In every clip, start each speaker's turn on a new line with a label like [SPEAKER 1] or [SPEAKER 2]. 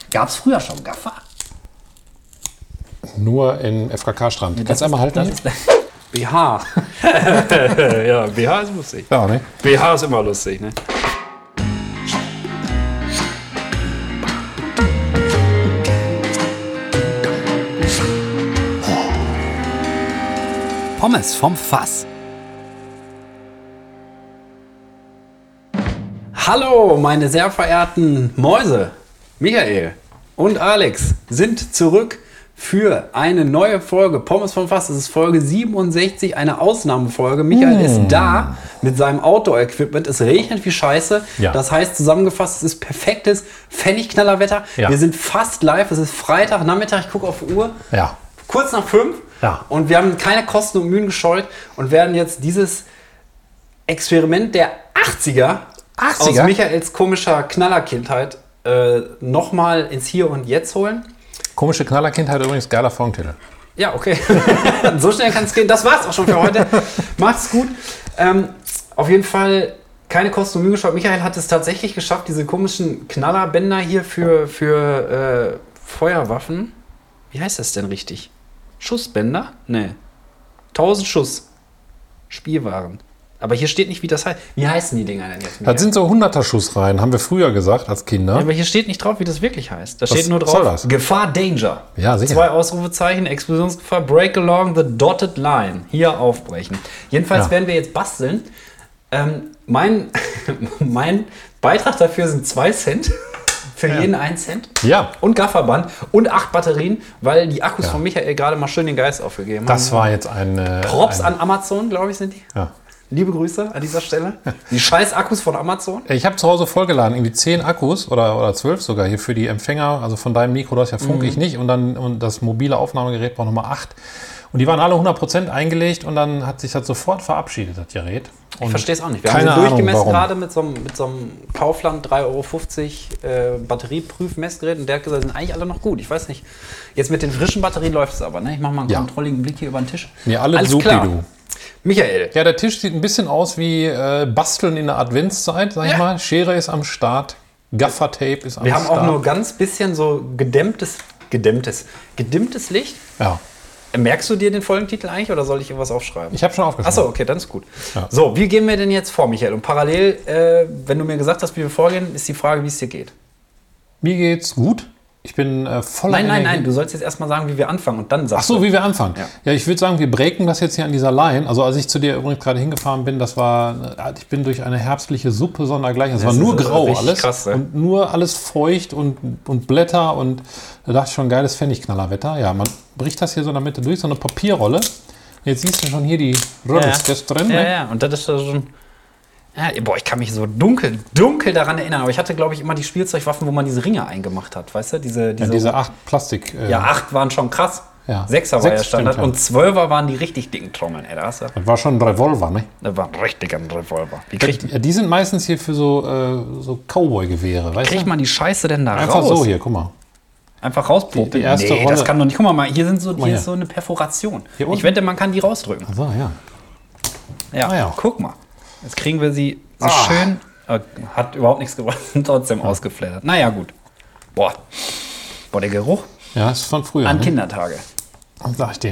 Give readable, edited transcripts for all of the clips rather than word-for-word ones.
[SPEAKER 1] Gab es früher schon Gaffer?
[SPEAKER 2] Nur in FKK-Strand. Kannst du einmal halten?
[SPEAKER 1] Das ist BH. Ja, BH ist lustig.
[SPEAKER 2] Ja, ne?
[SPEAKER 1] BH ist immer lustig, ne? Pommes vom Fass. Hallo, meine sehr verehrten Mäuse. Michael und Alex sind zurück für eine neue Folge Pommes vom Fass. Das ist Folge 67, eine Ausnahmefolge. Michael ist da mit seinem Outdoor-Equipment. Es regnet wie Scheiße.
[SPEAKER 2] Ja.
[SPEAKER 1] Das heißt, zusammengefasst, es ist perfektes Pfennigknallerwetter.
[SPEAKER 2] Ja.
[SPEAKER 1] Wir sind fast live. Es ist Freitagnachmittag. Ich gucke auf die Uhr.
[SPEAKER 2] Ja.
[SPEAKER 1] Kurz nach 5.
[SPEAKER 2] Ja.
[SPEAKER 1] Und wir haben keine Kosten und Mühen gescheut und werden jetzt dieses Experiment der 80er aus Michaels komischer Knallerkindheit nochmal ins Hier und Jetzt holen.
[SPEAKER 2] Komische Knallerkindheit, übrigens geiler Folgentitel.
[SPEAKER 1] Ja, okay. So schnell kann es gehen. Das war's auch schon für heute. Macht's gut. Auf jeden Fall keine Kosten und Mühen gescheut. Michael hat es tatsächlich geschafft, diese komischen Knallerbänder hier für Feuerwaffen. Wie heißt das denn richtig? Schussbänder? Nee. 1000 Schuss. Spielwaren. Aber hier steht nicht, wie das heißt. Wie heißen die Dinger denn jetzt?
[SPEAKER 2] Das sind so 100er-Schussreihen, haben wir früher gesagt als Kinder.
[SPEAKER 1] Ja, aber hier steht nicht drauf, wie das wirklich heißt. Da steht nur
[SPEAKER 2] soll
[SPEAKER 1] drauf,
[SPEAKER 2] das?
[SPEAKER 1] Gefahr, Danger.
[SPEAKER 2] Ja, sicher.
[SPEAKER 1] 2 Ausrufezeichen, Explosionsgefahr, break along the dotted line. Hier aufbrechen. Jedenfalls werden wir jetzt basteln. Mein Beitrag dafür sind 2 Cent. Für jeden 1 Cent.
[SPEAKER 2] Ja.
[SPEAKER 1] Und Gafferband und 8 Batterien, weil die Akkus von Michael gerade mal schön den Geist aufgegeben haben.
[SPEAKER 2] Das war jetzt ein...
[SPEAKER 1] Props an Amazon, glaube ich, sind die.
[SPEAKER 2] Ja.
[SPEAKER 1] Liebe Grüße an dieser Stelle. Die scheiß Akkus von Amazon.
[SPEAKER 2] Ich habe zu Hause vollgeladen, irgendwie 10 Akkus oder 12 sogar hier für die Empfänger. Also von deinem Mikro, das ja Funk, ich nicht. Und das mobile Aufnahmegerät braucht nochmal 8. Und die waren alle 100% eingelegt und dann hat sich das sofort verabschiedet, das Gerät. Und
[SPEAKER 1] Ich verstehe es auch nicht. Wir
[SPEAKER 2] keine
[SPEAKER 1] haben sie durchgemessen
[SPEAKER 2] Ahnung,
[SPEAKER 1] gerade mit so einem Kaufland 3,50 € Batterieprüfmessgerät und der hat gesagt, sind eigentlich alle noch gut. Ich weiß nicht. Jetzt mit den frischen Batterien läuft es aber. Ne? Ich mache mal einen kontrolligen Blick hier über den Tisch.
[SPEAKER 2] Nee, alle
[SPEAKER 1] Alles
[SPEAKER 2] supi,
[SPEAKER 1] klar.
[SPEAKER 2] du.
[SPEAKER 1] Michael.
[SPEAKER 2] Ja, der Tisch sieht ein bisschen aus wie Basteln in der Adventszeit, sag ich mal. Schere ist am Start, Gaffertape ist am Start.
[SPEAKER 1] Wir haben auch nur ganz bisschen so gedimmtes Licht.
[SPEAKER 2] Ja.
[SPEAKER 1] Merkst du dir den Folgentitel eigentlich oder soll ich irgendwas aufschreiben?
[SPEAKER 2] Ich habe schon aufgeschrieben.
[SPEAKER 1] Achso, okay, dann ist gut.
[SPEAKER 2] Ja.
[SPEAKER 1] So, wie gehen wir denn jetzt vor, Michael? Und parallel, wenn du mir gesagt hast, wie wir vorgehen, ist die Frage, wie es dir geht.
[SPEAKER 2] Mir geht's gut. Ich bin voller Energie.
[SPEAKER 1] Nein, du sollst jetzt erstmal sagen, wie wir anfangen und dann sagst
[SPEAKER 2] Ach so, wie wir anfangen.
[SPEAKER 1] Ja.
[SPEAKER 2] Ja, ich würde sagen, wir breaken das jetzt hier an dieser Line. Also als ich zu dir übrigens gerade hingefahren bin, ich bin durch eine herbstliche Suppe sondergleichen. Es war nur grau alles.
[SPEAKER 1] Krass, ne?
[SPEAKER 2] Und nur alles feucht und Blätter und da dachte ich schon, geiles Pfennigknallerwetter. Ja, man bricht das hier so in der Mitte durch, so eine Papierrolle. Jetzt siehst du schon hier die Röllsters drin.
[SPEAKER 1] Ja,
[SPEAKER 2] ne?
[SPEAKER 1] ja, und das ist so schon... Ja, boah, ich kann mich so dunkel daran erinnern. Aber ich hatte, glaube ich, immer die Spielzeugwaffen, wo man diese Ringe eingemacht hat. Weißt du?
[SPEAKER 2] Diese 8 Plastik...
[SPEAKER 1] Ja, 8 waren schon krass.
[SPEAKER 2] Ja.
[SPEAKER 1] 6er war ja Standard.
[SPEAKER 2] Stimmt,
[SPEAKER 1] Und 12er waren die richtig dicken Trommeln. Ey,
[SPEAKER 2] Das war schon ein Revolver, ne?
[SPEAKER 1] Das war ein richtiger Revolver. Wie
[SPEAKER 2] Die sind meistens hier für so Cowboy-Gewehre, weißt
[SPEAKER 1] kriegt
[SPEAKER 2] du?
[SPEAKER 1] man die Scheiße denn da
[SPEAKER 2] Einfach
[SPEAKER 1] raus?
[SPEAKER 2] so hier, guck mal.
[SPEAKER 1] Einfach rauspopeln?
[SPEAKER 2] Die erste
[SPEAKER 1] Nee,
[SPEAKER 2] Rolle.
[SPEAKER 1] das kann doch nicht. Guck mal, hier ist so
[SPEAKER 2] hier.
[SPEAKER 1] eine Perforation.
[SPEAKER 2] Hier unten?
[SPEAKER 1] Ich wette, man kann die rausdrücken.
[SPEAKER 2] Ach so, ja.
[SPEAKER 1] Ja,
[SPEAKER 2] ja.
[SPEAKER 1] guck mal. Jetzt kriegen wir sie so schön... Hat überhaupt nichts gebracht. Trotzdem ausgeflattert. Naja, gut. Boah, der Geruch
[SPEAKER 2] Ja, ist von früher.
[SPEAKER 1] an
[SPEAKER 2] ne?
[SPEAKER 1] Kindertage.
[SPEAKER 2] Sag ich dir.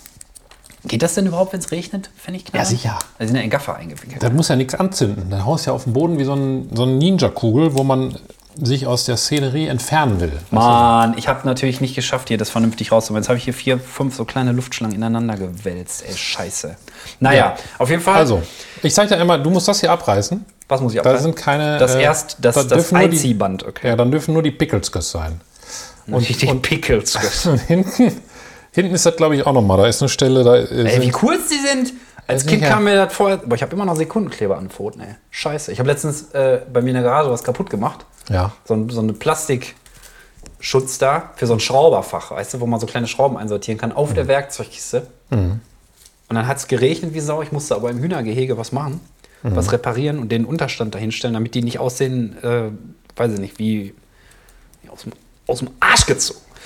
[SPEAKER 1] Geht das denn überhaupt, wenn es regnet? Fände ich klar.
[SPEAKER 2] Ja, sicher.
[SPEAKER 1] Da sind ja in Gaffer eingewickelt.
[SPEAKER 2] Das muss ja nichts anzünden. Da haust ja auf den Boden wie so ein Ninja-Kugel, wo man sich aus der Szenerie entfernen will.
[SPEAKER 1] Mann, ich habe natürlich nicht geschafft, hier das vernünftig rauszuholen. Jetzt habe ich hier 4, 5 so kleine Luftschlangen ineinander gewälzt. Ey, scheiße. Naja, auf jeden Fall.
[SPEAKER 2] Also, ich sag dir einmal, du musst das hier abreißen.
[SPEAKER 1] Was muss ich
[SPEAKER 2] Da
[SPEAKER 1] abreißen?
[SPEAKER 2] sind keine...
[SPEAKER 1] Das
[SPEAKER 2] da dürfen nur die-
[SPEAKER 1] Einziehband, okay.
[SPEAKER 2] Ja, dann dürfen nur die Pickles sein.
[SPEAKER 1] Und Pickles.
[SPEAKER 2] Und hinten ist das, glaube ich, auch nochmal. Da ist eine Stelle, da
[SPEAKER 1] Ey, wie kurz die sind. Als
[SPEAKER 2] ist
[SPEAKER 1] Kind
[SPEAKER 2] nicht
[SPEAKER 1] kam mir das vorher... Aber ich habe immer noch Sekundenkleber an den Pfoten, ey. Scheiße. Ich habe letztens bei mir in der Garage was kaputt gemacht.
[SPEAKER 2] Ja.
[SPEAKER 1] So eine Plastikschutz da für so ein Schrauberfach, weißt du, wo man so kleine Schrauben einsortieren kann, auf der Werkzeugkiste. Und dann hat es geregnet wie Sau. Ich musste aber im Hühnergehege was machen, was reparieren und den Unterstand dahinstellen, damit die nicht aussehen, weiß ich nicht, wie aus dem Arsch gezogen.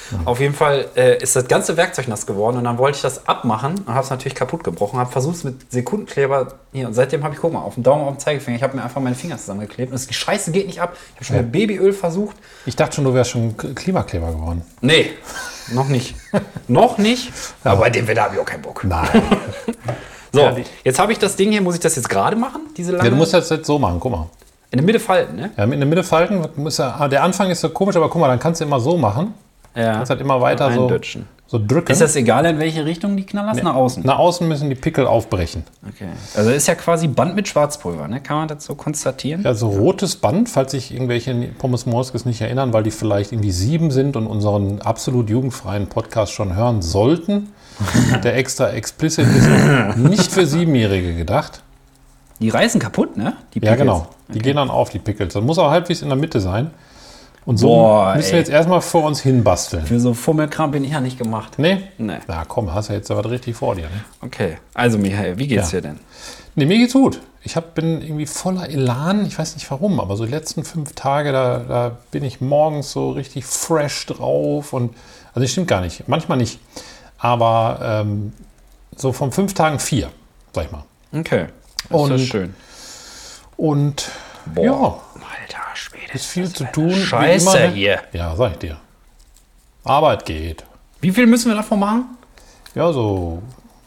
[SPEAKER 1] Auf jeden Fall ist das ganze Werkzeug nass geworden und dann wollte ich das abmachen und habe es natürlich kaputt gebrochen. Habe versucht es mit Sekundenkleber hier und seitdem habe ich, guck mal, auf dem Daumen, auf dem Zeigefinger, ich habe mir einfach meine Finger zusammengeklebt und die Scheiße geht nicht ab. Ich habe schon mit Babyöl versucht.
[SPEAKER 2] Ich dachte schon, du wärst schon Klimakleber geworden.
[SPEAKER 1] Nee, noch nicht. Noch nicht, aber bei dem Wetter habe ich auch keinen Bock.
[SPEAKER 2] Nein.
[SPEAKER 1] So, jetzt habe ich das Ding hier, muss ich das jetzt gerade machen? Diese lange?
[SPEAKER 2] Ja, du musst das jetzt so machen, guck mal.
[SPEAKER 1] In der Mitte falten, ne?
[SPEAKER 2] Ja, in der Mitte falten, der Anfang ist so komisch, aber guck mal, dann kannst du immer so machen.
[SPEAKER 1] Ja.
[SPEAKER 2] Kannst halt immer weiter so drücken.
[SPEAKER 1] Ist das egal, in welche Richtung die knallerst? Nach außen?
[SPEAKER 2] Nach außen müssen die Pickel aufbrechen.
[SPEAKER 1] Okay. Also ist ja quasi Band mit Schwarzpulver, ne? Kann man das so konstatieren?
[SPEAKER 2] Ja, so rotes Band, falls sich irgendwelche Pommes Morskes nicht erinnern, weil die vielleicht irgendwie 7 sind und unseren absolut jugendfreien Podcast schon hören sollten. Der extra explicit ist nicht für 7-Jährige gedacht.
[SPEAKER 1] Die reißen kaputt, ne? Die
[SPEAKER 2] Ja, genau. Die gehen dann auf, die Pickels. Das muss auch halbwegs in der Mitte sein. Und so müssen wir jetzt erstmal vor uns hin basteln.
[SPEAKER 1] Für so Fummelkram bin ich ja nicht gemacht.
[SPEAKER 2] Nee?
[SPEAKER 1] Nee.
[SPEAKER 2] Na komm, hast du jetzt aber richtig vor dir. Ne?
[SPEAKER 1] Okay. Also Michael, wie geht's dir denn?
[SPEAKER 2] Nee, mir geht's gut. Ich bin irgendwie voller Elan. Ich weiß nicht warum, aber so die letzten 5 Tage, da bin ich morgens so richtig fresh drauf. Und also das stimmt gar nicht. Manchmal nicht. Aber so von 5 Tagen 4, sag ich mal.
[SPEAKER 1] Okay. Das ist schön.
[SPEAKER 2] Und
[SPEAKER 1] boah,
[SPEAKER 2] ja,
[SPEAKER 1] alter Schwede,
[SPEAKER 2] ist viel zu tun.
[SPEAKER 1] Scheiße
[SPEAKER 2] immer,
[SPEAKER 1] hier.
[SPEAKER 2] Ja, sag ich dir. Arbeit geht.
[SPEAKER 1] Wie viel müssen wir davon machen?
[SPEAKER 2] Ja, so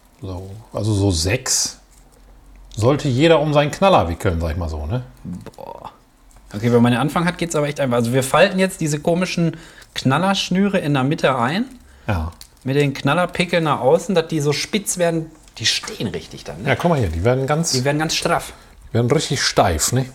[SPEAKER 2] 6. Sollte jeder um seinen Knaller wickeln, sag ich mal so, ne?
[SPEAKER 1] Boah. Okay, wenn man den Anfang hat, geht's aber echt einfach. Also wir falten jetzt diese komischen Knallerschnüre in der Mitte ein.
[SPEAKER 2] Ja.
[SPEAKER 1] Mit den Knallerpickeln nach außen, dass die so spitz werden. Die stehen richtig dann, ne?
[SPEAKER 2] Ja, guck mal hier, die werden ganz
[SPEAKER 1] straff.
[SPEAKER 2] werden richtig steif, ne?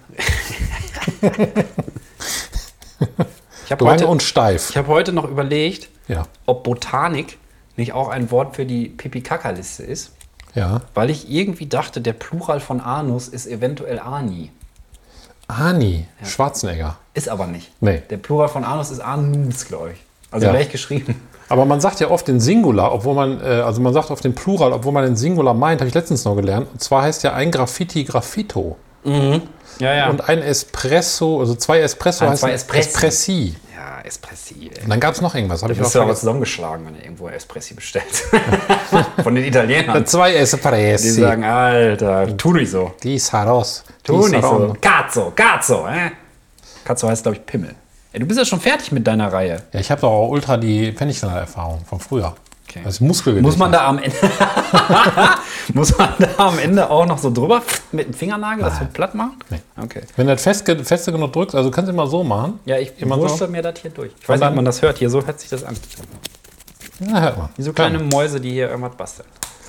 [SPEAKER 1] Lang
[SPEAKER 2] und steif.
[SPEAKER 1] Ich habe heute noch überlegt,
[SPEAKER 2] Ja.
[SPEAKER 1] ob Botanik nicht auch ein Wort für die Pipi-Kaka-Liste ist.
[SPEAKER 2] Ja.
[SPEAKER 1] Weil ich irgendwie dachte, der Plural von Anus ist eventuell Ani.
[SPEAKER 2] Ani, Schwarzenegger.
[SPEAKER 1] Ist aber nicht.
[SPEAKER 2] Nee.
[SPEAKER 1] Der Plural von Anus ist Anus, glaube ich. Also
[SPEAKER 2] Ja.
[SPEAKER 1] gleich geschrieben.
[SPEAKER 2] Aber man sagt ja oft den Singular, obwohl man, also man sagt oft den Plural, obwohl man den Singular meint, habe ich letztens noch gelernt. Und zwar heißt ja ein Graffiti Graffito.
[SPEAKER 1] Mhm. Ja, ja.
[SPEAKER 2] Und ein Espresso, also 2 Espresso heißt Espressi.
[SPEAKER 1] Ja, Espressi.
[SPEAKER 2] Und dann gab es noch irgendwas.
[SPEAKER 1] Du bist ja aber zusammengeschlagen, wenn du irgendwo Espressi bestellst. Von den Italienern.
[SPEAKER 2] 2 Espressi.
[SPEAKER 1] Die sagen, Alter, tu nicht so.
[SPEAKER 2] Die Saros.
[SPEAKER 1] Tu nicht so. Cazzo. Cazzo heißt, glaube ich, Pimmel. Ey, du bist ja schon fertig mit deiner Reihe.
[SPEAKER 2] Ja, ich habe doch auch ultra die Pfennigknaller-Erfahrung von früher.
[SPEAKER 1] Okay.
[SPEAKER 2] Das ist Muskelgewicht.
[SPEAKER 1] Muss man da am Ende auch noch so drüber mit dem Fingernagel das so platt machen?
[SPEAKER 2] Nee.
[SPEAKER 1] Okay.
[SPEAKER 2] Wenn du das feste genug drückst, also du kannst immer so machen.
[SPEAKER 1] Ja, ich
[SPEAKER 2] immer
[SPEAKER 1] wurschtel mir das hier durch. Ich weiß nicht, ob man das hört. Hier, so hört sich das an.
[SPEAKER 2] Ja, hört man.
[SPEAKER 1] Wie so kleine Mäuse, die hier irgendwas basteln.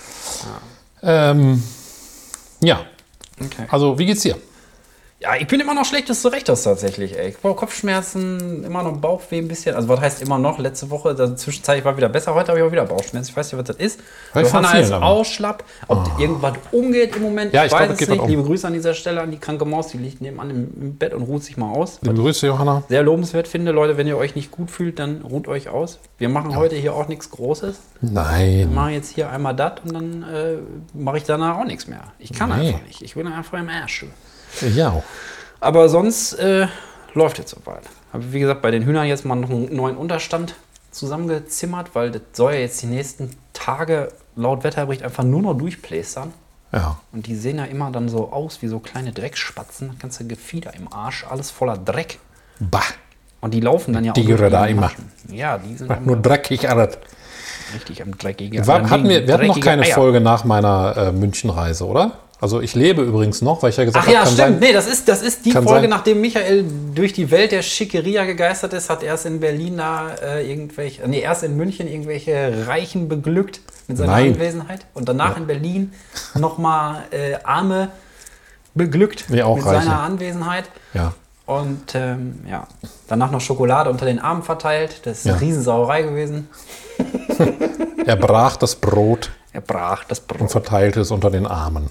[SPEAKER 2] Ja.
[SPEAKER 1] Okay.
[SPEAKER 2] Also, wie geht's dir?
[SPEAKER 1] Ja, ich bin immer noch schlecht, dass du recht hast tatsächlich, ey. Ich brauche Kopfschmerzen, immer noch Bauchweh ein bisschen. Also was heißt immer noch? Letzte Woche, zwischenzeitlich war wieder besser. Heute habe ich auch wieder Bauchschmerzen. Ich weiß nicht, was das ist. Johanna ist auch schlapp. Ob irgendwas umgeht im Moment,
[SPEAKER 2] ja,
[SPEAKER 1] ich weiß es nicht.
[SPEAKER 2] Um.
[SPEAKER 1] Liebe Grüße an dieser Stelle an die kranke Maus. Die liegt nebenan im Bett und ruht sich mal aus.
[SPEAKER 2] Liebe Grüße, Johanna.
[SPEAKER 1] Sehr lobenswert finde, Leute, wenn ihr euch nicht gut fühlt, dann ruht euch aus. Wir machen heute hier auch nichts Großes.
[SPEAKER 2] Nein.
[SPEAKER 1] Wir machen jetzt hier einmal das und dann mache ich danach auch nichts mehr. Ich kann einfach nicht. Ich bin einfach im Arsch.
[SPEAKER 2] Ja auch.
[SPEAKER 1] Aber sonst läuft jetzt soweit. Habe wie gesagt bei den Hühnern jetzt mal noch einen neuen Unterstand zusammengezimmert, weil das soll ja jetzt die nächsten Tage laut Wetterbericht einfach nur noch durchplästern.
[SPEAKER 2] Ja.
[SPEAKER 1] Und die sehen ja immer dann so aus wie so kleine Dreckspatzen. Das ganze Gefieder im Arsch, alles voller Dreck.
[SPEAKER 2] Bah.
[SPEAKER 1] Und die laufen dann ja auch.
[SPEAKER 2] Die Tiere da immer.
[SPEAKER 1] Ja, die sind
[SPEAKER 2] nur dreckig alles.
[SPEAKER 1] Richtig am dreckigen.
[SPEAKER 2] Wir hatten noch keine Folge nach meiner Münchenreise, oder? Also ich lebe übrigens noch, weil ich ja gesagt habe,
[SPEAKER 1] Ach ja, stimmt. Nee, das ist die Folge,
[SPEAKER 2] sein.
[SPEAKER 1] nachdem Michael durch die Welt der Schickeria gegeistert ist, hat erst in Berlin da erst in München irgendwelche Reichen beglückt mit seiner Anwesenheit und danach in Berlin nochmal Arme beglückt mit seiner Anwesenheit.
[SPEAKER 2] Ja.
[SPEAKER 1] Und danach noch Schokolade unter den Armen verteilt. Das ist eine Riesensauerei gewesen.
[SPEAKER 2] Er brach das Brot.
[SPEAKER 1] Und
[SPEAKER 2] verteilte es unter den Armen.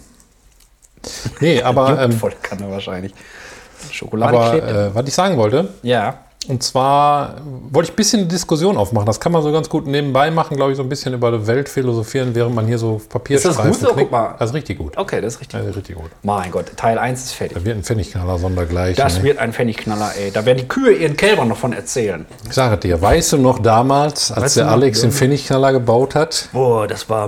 [SPEAKER 2] Nee, aber
[SPEAKER 1] voll Kanne wahrscheinlich. Schokolade
[SPEAKER 2] aber was ich sagen wollte,
[SPEAKER 1] ja.
[SPEAKER 2] Und zwar wollte ich ein bisschen Diskussion aufmachen. Das kann man so ganz gut nebenbei machen, glaube ich, so ein bisschen über die Welt philosophieren, während man hier so Papierstreifen
[SPEAKER 1] Ist das gut? Guck mal.
[SPEAKER 2] Das ist richtig gut.
[SPEAKER 1] Okay, das ist richtig
[SPEAKER 2] Das ist richtig gut.
[SPEAKER 1] Mein Gott, Teil 1 ist fertig.
[SPEAKER 2] Da wird ein Pfennigknaller sondergleichen.
[SPEAKER 1] Das wird ein Pfennigknaller, ey. Da werden die Kühe ihren Kälbern davon erzählen.
[SPEAKER 2] Ich sage dir, weißt du noch damals, als
[SPEAKER 1] Weißt du
[SPEAKER 2] der
[SPEAKER 1] noch,
[SPEAKER 2] Alex den
[SPEAKER 1] Junge?
[SPEAKER 2] Pfennigknaller gebaut hat?
[SPEAKER 1] Boah, das war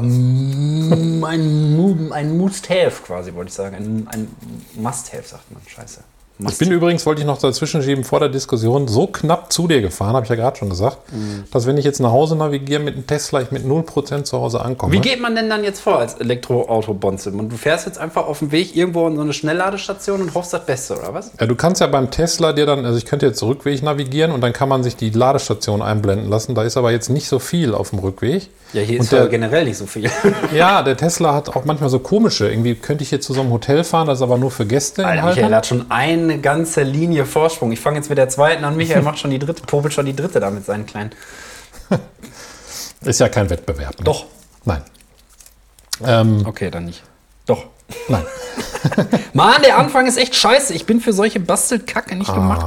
[SPEAKER 1] ein Must-Have quasi, wollte ich sagen. Ein Must-Have, sagt man. Scheiße.
[SPEAKER 2] Ich bin übrigens, wollte ich noch dazwischen schieben, vor der Diskussion so knapp zu dir gefahren, habe ich ja gerade schon gesagt, dass wenn ich jetzt nach Hause navigiere mit einem Tesla, ich mit 0% zu Hause ankomme.
[SPEAKER 1] Wie geht man denn dann jetzt vor als Elektroauto-Bonze? Und du fährst jetzt einfach auf dem Weg irgendwo in so eine Schnellladestation und hoffst das Beste, oder was?
[SPEAKER 2] Ja, du kannst ja beim Tesla dir dann, also ich könnte jetzt Rückweg navigieren und dann kann man sich die Ladestation einblenden lassen. Da ist aber jetzt nicht so viel auf dem Rückweg.
[SPEAKER 1] Ja, hier
[SPEAKER 2] Und
[SPEAKER 1] ist ja generell nicht so viel.
[SPEAKER 2] Ja, der Tesla hat auch manchmal so komische. Irgendwie könnte ich hier zu so einem Hotel fahren, das ist aber nur für Gäste.
[SPEAKER 1] Alter, Michael hat schon eine ganze Linie Vorsprung. Ich fange jetzt mit der zweiten an. Michael macht schon die dritte, popelt schon die dritte da mit seinen kleinen.
[SPEAKER 2] Ist ja kein Wettbewerb. Ne?
[SPEAKER 1] Doch.
[SPEAKER 2] Nein.
[SPEAKER 1] Okay, dann nicht. Doch.
[SPEAKER 2] Nein.
[SPEAKER 1] Mann, der Anfang ist echt scheiße. Ich bin für solche Bastelkacke nicht gemacht.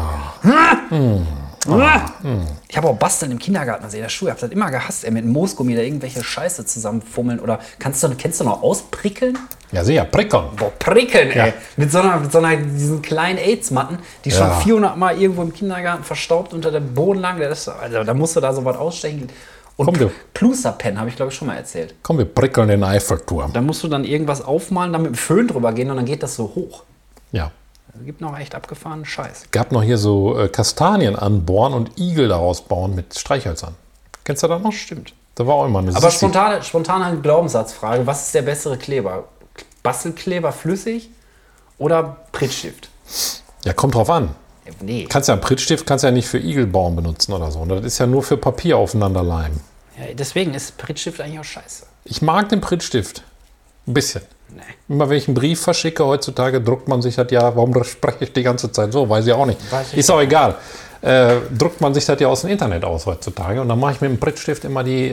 [SPEAKER 1] Ich habe auch Basteln im Kindergarten gesehen, der Schuh. Ich habe das immer gehasst, ey, mit Moosgummi da irgendwelche Scheiße zusammenfummeln. Oder kennst du noch ausprickeln?
[SPEAKER 2] Ja, sicher, prickeln.
[SPEAKER 1] Boah, prickeln,
[SPEAKER 2] Ja.
[SPEAKER 1] ey. Mit so einer diesen kleinen AIDS-Matten, die schon 400 Mal irgendwo im Kindergarten verstaubt unter dem Boden lagen. Also, da musst du da so was ausstechen. Und
[SPEAKER 2] Komm, du.
[SPEAKER 1] Plusterpen habe ich, glaube ich, schon mal erzählt.
[SPEAKER 2] Komm, wir prickeln den Eiffelturm.
[SPEAKER 1] Da musst du dann irgendwas aufmalen, dann mit dem Föhn drüber gehen und dann geht das so hoch.
[SPEAKER 2] Ja.
[SPEAKER 1] Es gibt noch echt abgefahrenen Scheiß.
[SPEAKER 2] Gab noch hier so Kastanien anbohren und Igel daraus bauen mit Streichhölzern. Kennst du das noch?
[SPEAKER 1] Stimmt.
[SPEAKER 2] Da war auch immer eine
[SPEAKER 1] Aber
[SPEAKER 2] Sissi.
[SPEAKER 1] spontane Glaubenssatzfrage. Was ist der bessere Kleber? Bastelkleber flüssig oder Prittstift?
[SPEAKER 2] Ja, kommt drauf an.
[SPEAKER 1] Nee.
[SPEAKER 2] Kannst ja einen Prittstift kannst ja nicht für Igelbauen benutzen oder so. Das ist ja nur für Papier aufeinander leimen.
[SPEAKER 1] Ja, deswegen ist Prittstift eigentlich auch scheiße.
[SPEAKER 2] Ich mag den Prittstift. Ein bisschen.
[SPEAKER 1] Nee.
[SPEAKER 2] Immer wenn ich einen Brief verschicke, heutzutage druckt man sich das ja, warum spreche ich die ganze Zeit so? Weiß ich auch nicht.
[SPEAKER 1] Weiß ich
[SPEAKER 2] Ist auch egal. Druckt man sich das ja aus dem Internet aus heutzutage. Und dann mache ich mit dem Prittstift immer die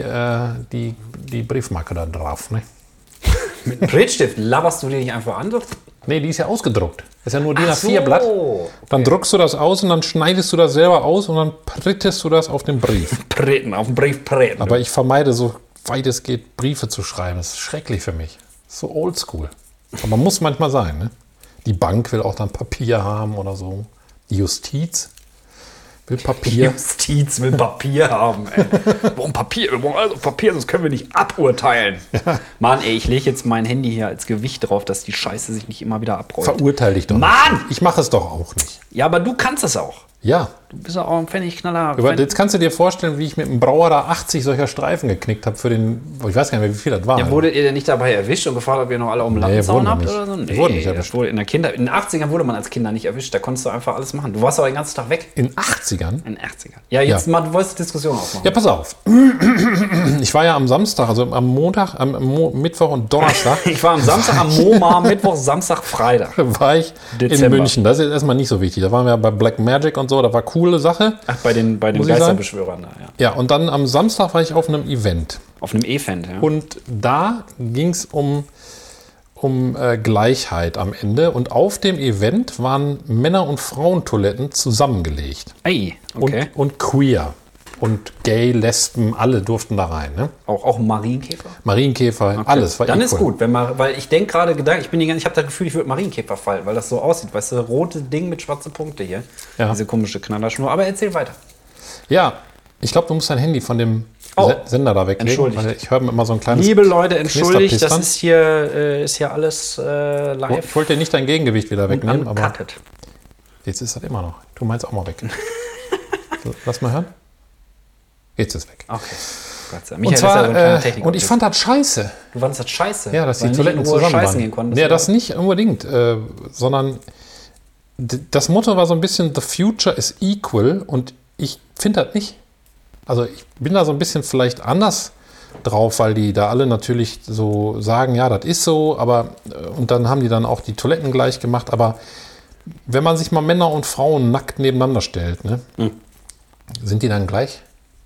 [SPEAKER 2] Briefmarke da drauf. Ne?
[SPEAKER 1] Mit einem Prittstift laberst du dir nicht einfach an?
[SPEAKER 2] Nee, die ist ja ausgedruckt. Das ist ja nur DIN
[SPEAKER 1] Ach
[SPEAKER 2] A4 Blatt.
[SPEAKER 1] so.
[SPEAKER 2] Dann druckst du das aus und dann schneidest du das selber aus und dann prittest du das auf den Brief.
[SPEAKER 1] Pritten, auf dem Brief pritten.
[SPEAKER 2] Aber ich vermeide, so weit es geht, Briefe zu schreiben. Das ist schrecklich für mich. So oldschool. Aber muss manchmal sein. Ne? Die Bank will auch dann Papier haben oder so. Die Justiz will Papier.
[SPEAKER 1] Justiz will Papier haben, ey. Warum Papier? Wir brauchen also Papier, sonst können wir nicht aburteilen. Ja. Mann, ey, ich lege jetzt mein Handy hier als Gewicht drauf, dass die Scheiße sich nicht immer wieder abrollt.
[SPEAKER 2] Verurteile dich doch
[SPEAKER 1] Mann!
[SPEAKER 2] nicht. Ich mache es doch auch nicht.
[SPEAKER 1] Ja, aber du kannst es auch.
[SPEAKER 2] Ja.
[SPEAKER 1] Du bist ja auch ein Pfennigknaller.
[SPEAKER 2] Jetzt kannst du dir vorstellen, wie ich mit dem Brauer da 80 solcher Streifen geknickt habe für den, ich weiß gar nicht mehr, wie viel das war.
[SPEAKER 1] Ja, wurdet ihr denn nicht dabei erwischt und gefragt, ob ihr noch alle um den Lattenzaun
[SPEAKER 2] wurden
[SPEAKER 1] habt
[SPEAKER 2] nicht.
[SPEAKER 1] oder so?
[SPEAKER 2] Die wurden nicht
[SPEAKER 1] das
[SPEAKER 2] erwischt.
[SPEAKER 1] wurde in den 80ern wurde man als Kinder nicht erwischt. Da konntest du einfach alles machen. Du warst aber den ganzen Tag weg.
[SPEAKER 2] In 80ern?
[SPEAKER 1] In den 80ern. Ja, jetzt mal, du wolltest die Diskussion aufmachen.
[SPEAKER 2] Ja, pass auf. Ich war ja am Samstag, also am Montag, Mittwoch und Donnerstag.
[SPEAKER 1] Ich war am Samstag, am MoMA, Mittwoch, Samstag, Freitag.
[SPEAKER 2] War ich
[SPEAKER 1] Dezember.
[SPEAKER 2] in München. Das ist erstmal nicht so wichtig. Da waren wir bei Black Magic und so, da war coole Sache.
[SPEAKER 1] Ach, bei den
[SPEAKER 2] Muss ich sagen?
[SPEAKER 1] Geisterbeschwörern da, ja.
[SPEAKER 2] Ja, und dann am Samstag war ich auf einem Event.
[SPEAKER 1] Auf einem E-Fan, ja.
[SPEAKER 2] Und da ging es um Gleichheit am Ende. Und auf dem Event waren Männer- und Frauentoiletten zusammengelegt.
[SPEAKER 1] Ey, okay.
[SPEAKER 2] Und queer. Und gay, Lesben, alle durften da rein. Ne?
[SPEAKER 1] Auch Marienkäfer?
[SPEAKER 2] Marienkäfer, alles war
[SPEAKER 1] Dann
[SPEAKER 2] equal.
[SPEAKER 1] ist gut, weil ich denke gerade, ich habe das Gefühl, ich würde Marienkäfer fallen, weil das so aussieht. Weißt du, rote Ding mit schwarzen Punkte hier.
[SPEAKER 2] Ja.
[SPEAKER 1] Diese komische Knallerschnur. Aber erzähl weiter.
[SPEAKER 2] Ja, ich glaube, du musst dein Handy von dem Sender da weglegen.
[SPEAKER 1] Entschuldigt.
[SPEAKER 2] Weil ich höre immer so ein kleines
[SPEAKER 1] Liebe Leute, entschuldigt, das
[SPEAKER 2] Knisterpistern.
[SPEAKER 1] ist hier alles live.
[SPEAKER 2] Ich wollte dir nicht dein Gegengewicht wieder wegnehmen, aber
[SPEAKER 1] Uncutted.
[SPEAKER 2] jetzt ist das immer noch. Tu meins auch mal weg. Lass mal hören. Jetzt ist es weg.
[SPEAKER 1] Okay. Gott sei Dank.
[SPEAKER 2] Und
[SPEAKER 1] Michael ist ja so ein kleiner
[SPEAKER 2] zwar,
[SPEAKER 1] Techniker.
[SPEAKER 2] und ich fand das scheiße.
[SPEAKER 1] Du fandest das scheiße?
[SPEAKER 2] Ja, dass
[SPEAKER 1] weil
[SPEAKER 2] die
[SPEAKER 1] nicht
[SPEAKER 2] Toiletten
[SPEAKER 1] in Ruhe
[SPEAKER 2] zusammen
[SPEAKER 1] scheißen gehen
[SPEAKER 2] waren.
[SPEAKER 1] konntest,
[SPEAKER 2] Ja,
[SPEAKER 1] oder?
[SPEAKER 2] das nicht unbedingt, sondern das Motto war so ein bisschen The future is equal und ich finde das nicht. Also ich bin da so ein bisschen vielleicht anders drauf, weil die da alle natürlich so sagen, ja, das ist so, aber und dann haben die dann auch die Toiletten gleich gemacht, aber wenn man sich mal Männer und Frauen nackt nebeneinander stellt, ne, sind die dann gleich?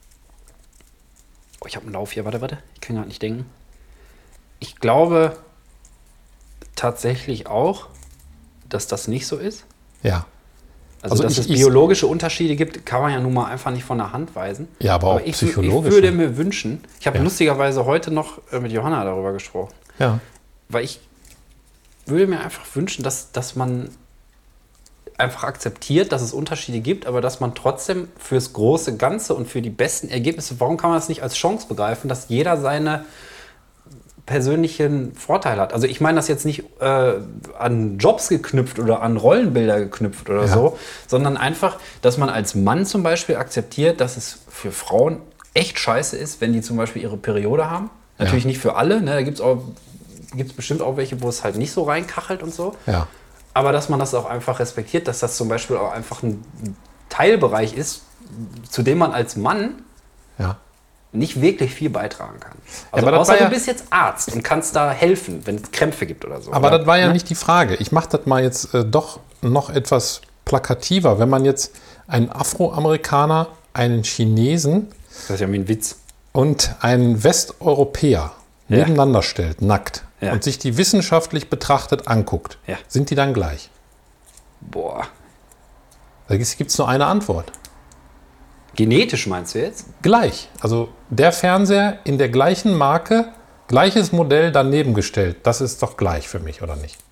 [SPEAKER 1] Oh, ich habe einen Lauf hier, warte. Ich kann gerade nicht denken. Ich glaube tatsächlich auch, dass das nicht so ist.
[SPEAKER 2] Ja.
[SPEAKER 1] Also dass es biologische Unterschiede gibt, kann man ja nun mal einfach nicht von der Hand weisen.
[SPEAKER 2] Ja, aber auch psychologisch.
[SPEAKER 1] Ich würde mir wünschen, ich habe lustigerweise heute noch mit Johanna darüber gesprochen, weil ich würde mir einfach wünschen, dass man einfach akzeptiert, dass es Unterschiede gibt, aber dass man trotzdem fürs große Ganze und für die besten Ergebnisse, warum kann man das nicht als Chance begreifen, dass jeder seine persönlichen Vorteile hat. Also ich meine das jetzt nicht an Jobs geknüpft oder an Rollenbilder geknüpft oder so, sondern einfach, dass man als Mann zum Beispiel akzeptiert, dass es für Frauen echt scheiße ist, wenn die zum Beispiel ihre Periode haben. Natürlich nicht für alle, ne? Da gibt's bestimmt auch welche, wo es halt nicht so reinkachelt und so.
[SPEAKER 2] Ja.
[SPEAKER 1] Aber dass man das auch einfach respektiert, dass das zum Beispiel auch einfach ein Teilbereich ist, zu dem man als Mann nicht wirklich viel beitragen kann. Also
[SPEAKER 2] aber
[SPEAKER 1] außer du bist jetzt Arzt und kannst da helfen, wenn es Krämpfe gibt oder so.
[SPEAKER 2] Aber das war ja nicht die Frage. Ich mache das mal jetzt doch noch etwas plakativer. Wenn man jetzt einen Afroamerikaner, einen Chinesen
[SPEAKER 1] das ist ja wie ein Witz.
[SPEAKER 2] Und einen Westeuropäer nebeneinander stellt, nackt, und sich die wissenschaftlich betrachtet anguckt, sind die dann gleich?
[SPEAKER 1] Boah.
[SPEAKER 2] Da gibt es nur eine Antwort.
[SPEAKER 1] Genetisch meinst du jetzt?
[SPEAKER 2] Gleich. Also der Fernseher in der gleichen Marke, gleiches Modell daneben gestellt, das ist doch gleich für mich, oder nicht?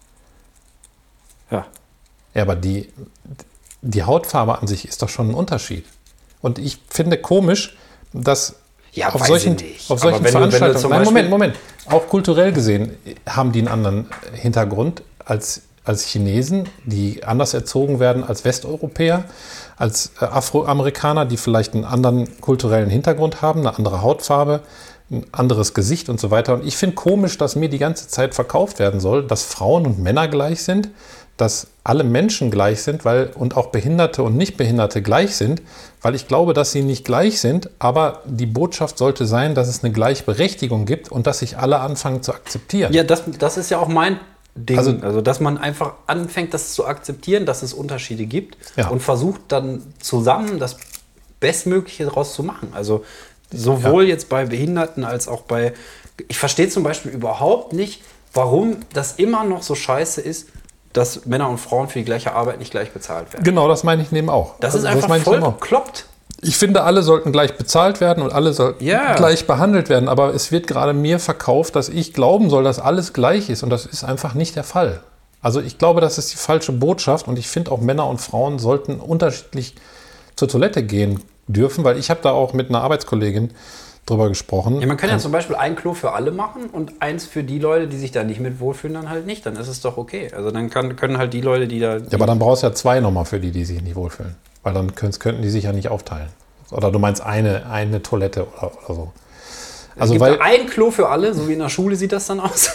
[SPEAKER 1] Ja.
[SPEAKER 2] Ja, aber die Hautfarbe an sich ist doch schon ein Unterschied. Und ich finde komisch, dass auf solchen Veranstaltungen... Nein, Moment. Auch kulturell gesehen haben die einen anderen Hintergrund als Chinesen, die anders erzogen werden als Westeuropäer, als Afroamerikaner, die vielleicht einen anderen kulturellen Hintergrund haben, eine andere Hautfarbe, ein anderes Gesicht und so weiter. Und ich finde komisch, dass mir die ganze Zeit verkauft werden soll, dass Frauen und Männer gleich sind, dass alle Menschen gleich sind, und auch Behinderte und Nichtbehinderte gleich sind, weil ich glaube, dass sie nicht gleich sind, aber die Botschaft sollte sein, dass es eine Gleichberechtigung gibt und dass sich alle anfangen zu akzeptieren.
[SPEAKER 1] Ja, das ist ja auch mein Ding. Also dass man einfach anfängt, das zu akzeptieren, dass es Unterschiede gibt und versucht dann zusammen das Bestmögliche daraus zu machen. Also sowohl jetzt bei Behinderten als auch bei... Ich verstehe zum Beispiel überhaupt nicht, warum das immer noch so scheiße ist, dass Männer und Frauen für die gleiche Arbeit nicht gleich bezahlt werden.
[SPEAKER 2] Genau, das meine ich eben auch.
[SPEAKER 1] Das ist einfach voll bekloppt.
[SPEAKER 2] Ich finde, alle sollten gleich bezahlt werden und alle sollten gleich behandelt werden. Aber es wird gerade mir verkauft, dass ich glauben soll, dass alles gleich ist. Und das ist einfach nicht der Fall. Also ich glaube, das ist die falsche Botschaft. Und ich finde auch, Männer und Frauen sollten unterschiedlich zur Toilette gehen dürfen. Weil ich habe da auch mit einer Arbeitskollegin drüber gesprochen.
[SPEAKER 1] Ja, man kann ja zum Beispiel ein Klo für alle machen und eins für die Leute, die sich da nicht mit wohlfühlen, dann halt nicht. Dann ist es doch okay. Also dann können halt die Leute, die da...
[SPEAKER 2] Ja, aber dann brauchst du ja zwei nochmal für die sich nicht wohlfühlen. Weil dann könnten die sich ja nicht aufteilen. Oder du meinst eine Toilette oder so.
[SPEAKER 1] Also es gibt ein Klo für alle, so wie in der Schule sieht das dann aus.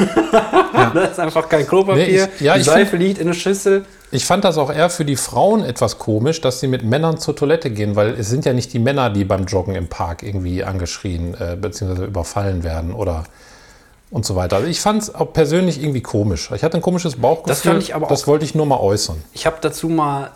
[SPEAKER 1] Da ist einfach kein Klopapier, die Seife liegt in der Schüssel.
[SPEAKER 2] Ich fand das auch eher für die Frauen etwas komisch, dass sie mit Männern zur Toilette gehen, weil es sind ja nicht die Männer, die beim Joggen im Park irgendwie angeschrien bzw. überfallen werden oder und so weiter. Also ich fand es auch persönlich irgendwie komisch. Ich hatte ein komisches Bauchgefühl,
[SPEAKER 1] das fand ich aber
[SPEAKER 2] das wollte ich nur mal äußern.
[SPEAKER 1] Ich habe dazu mal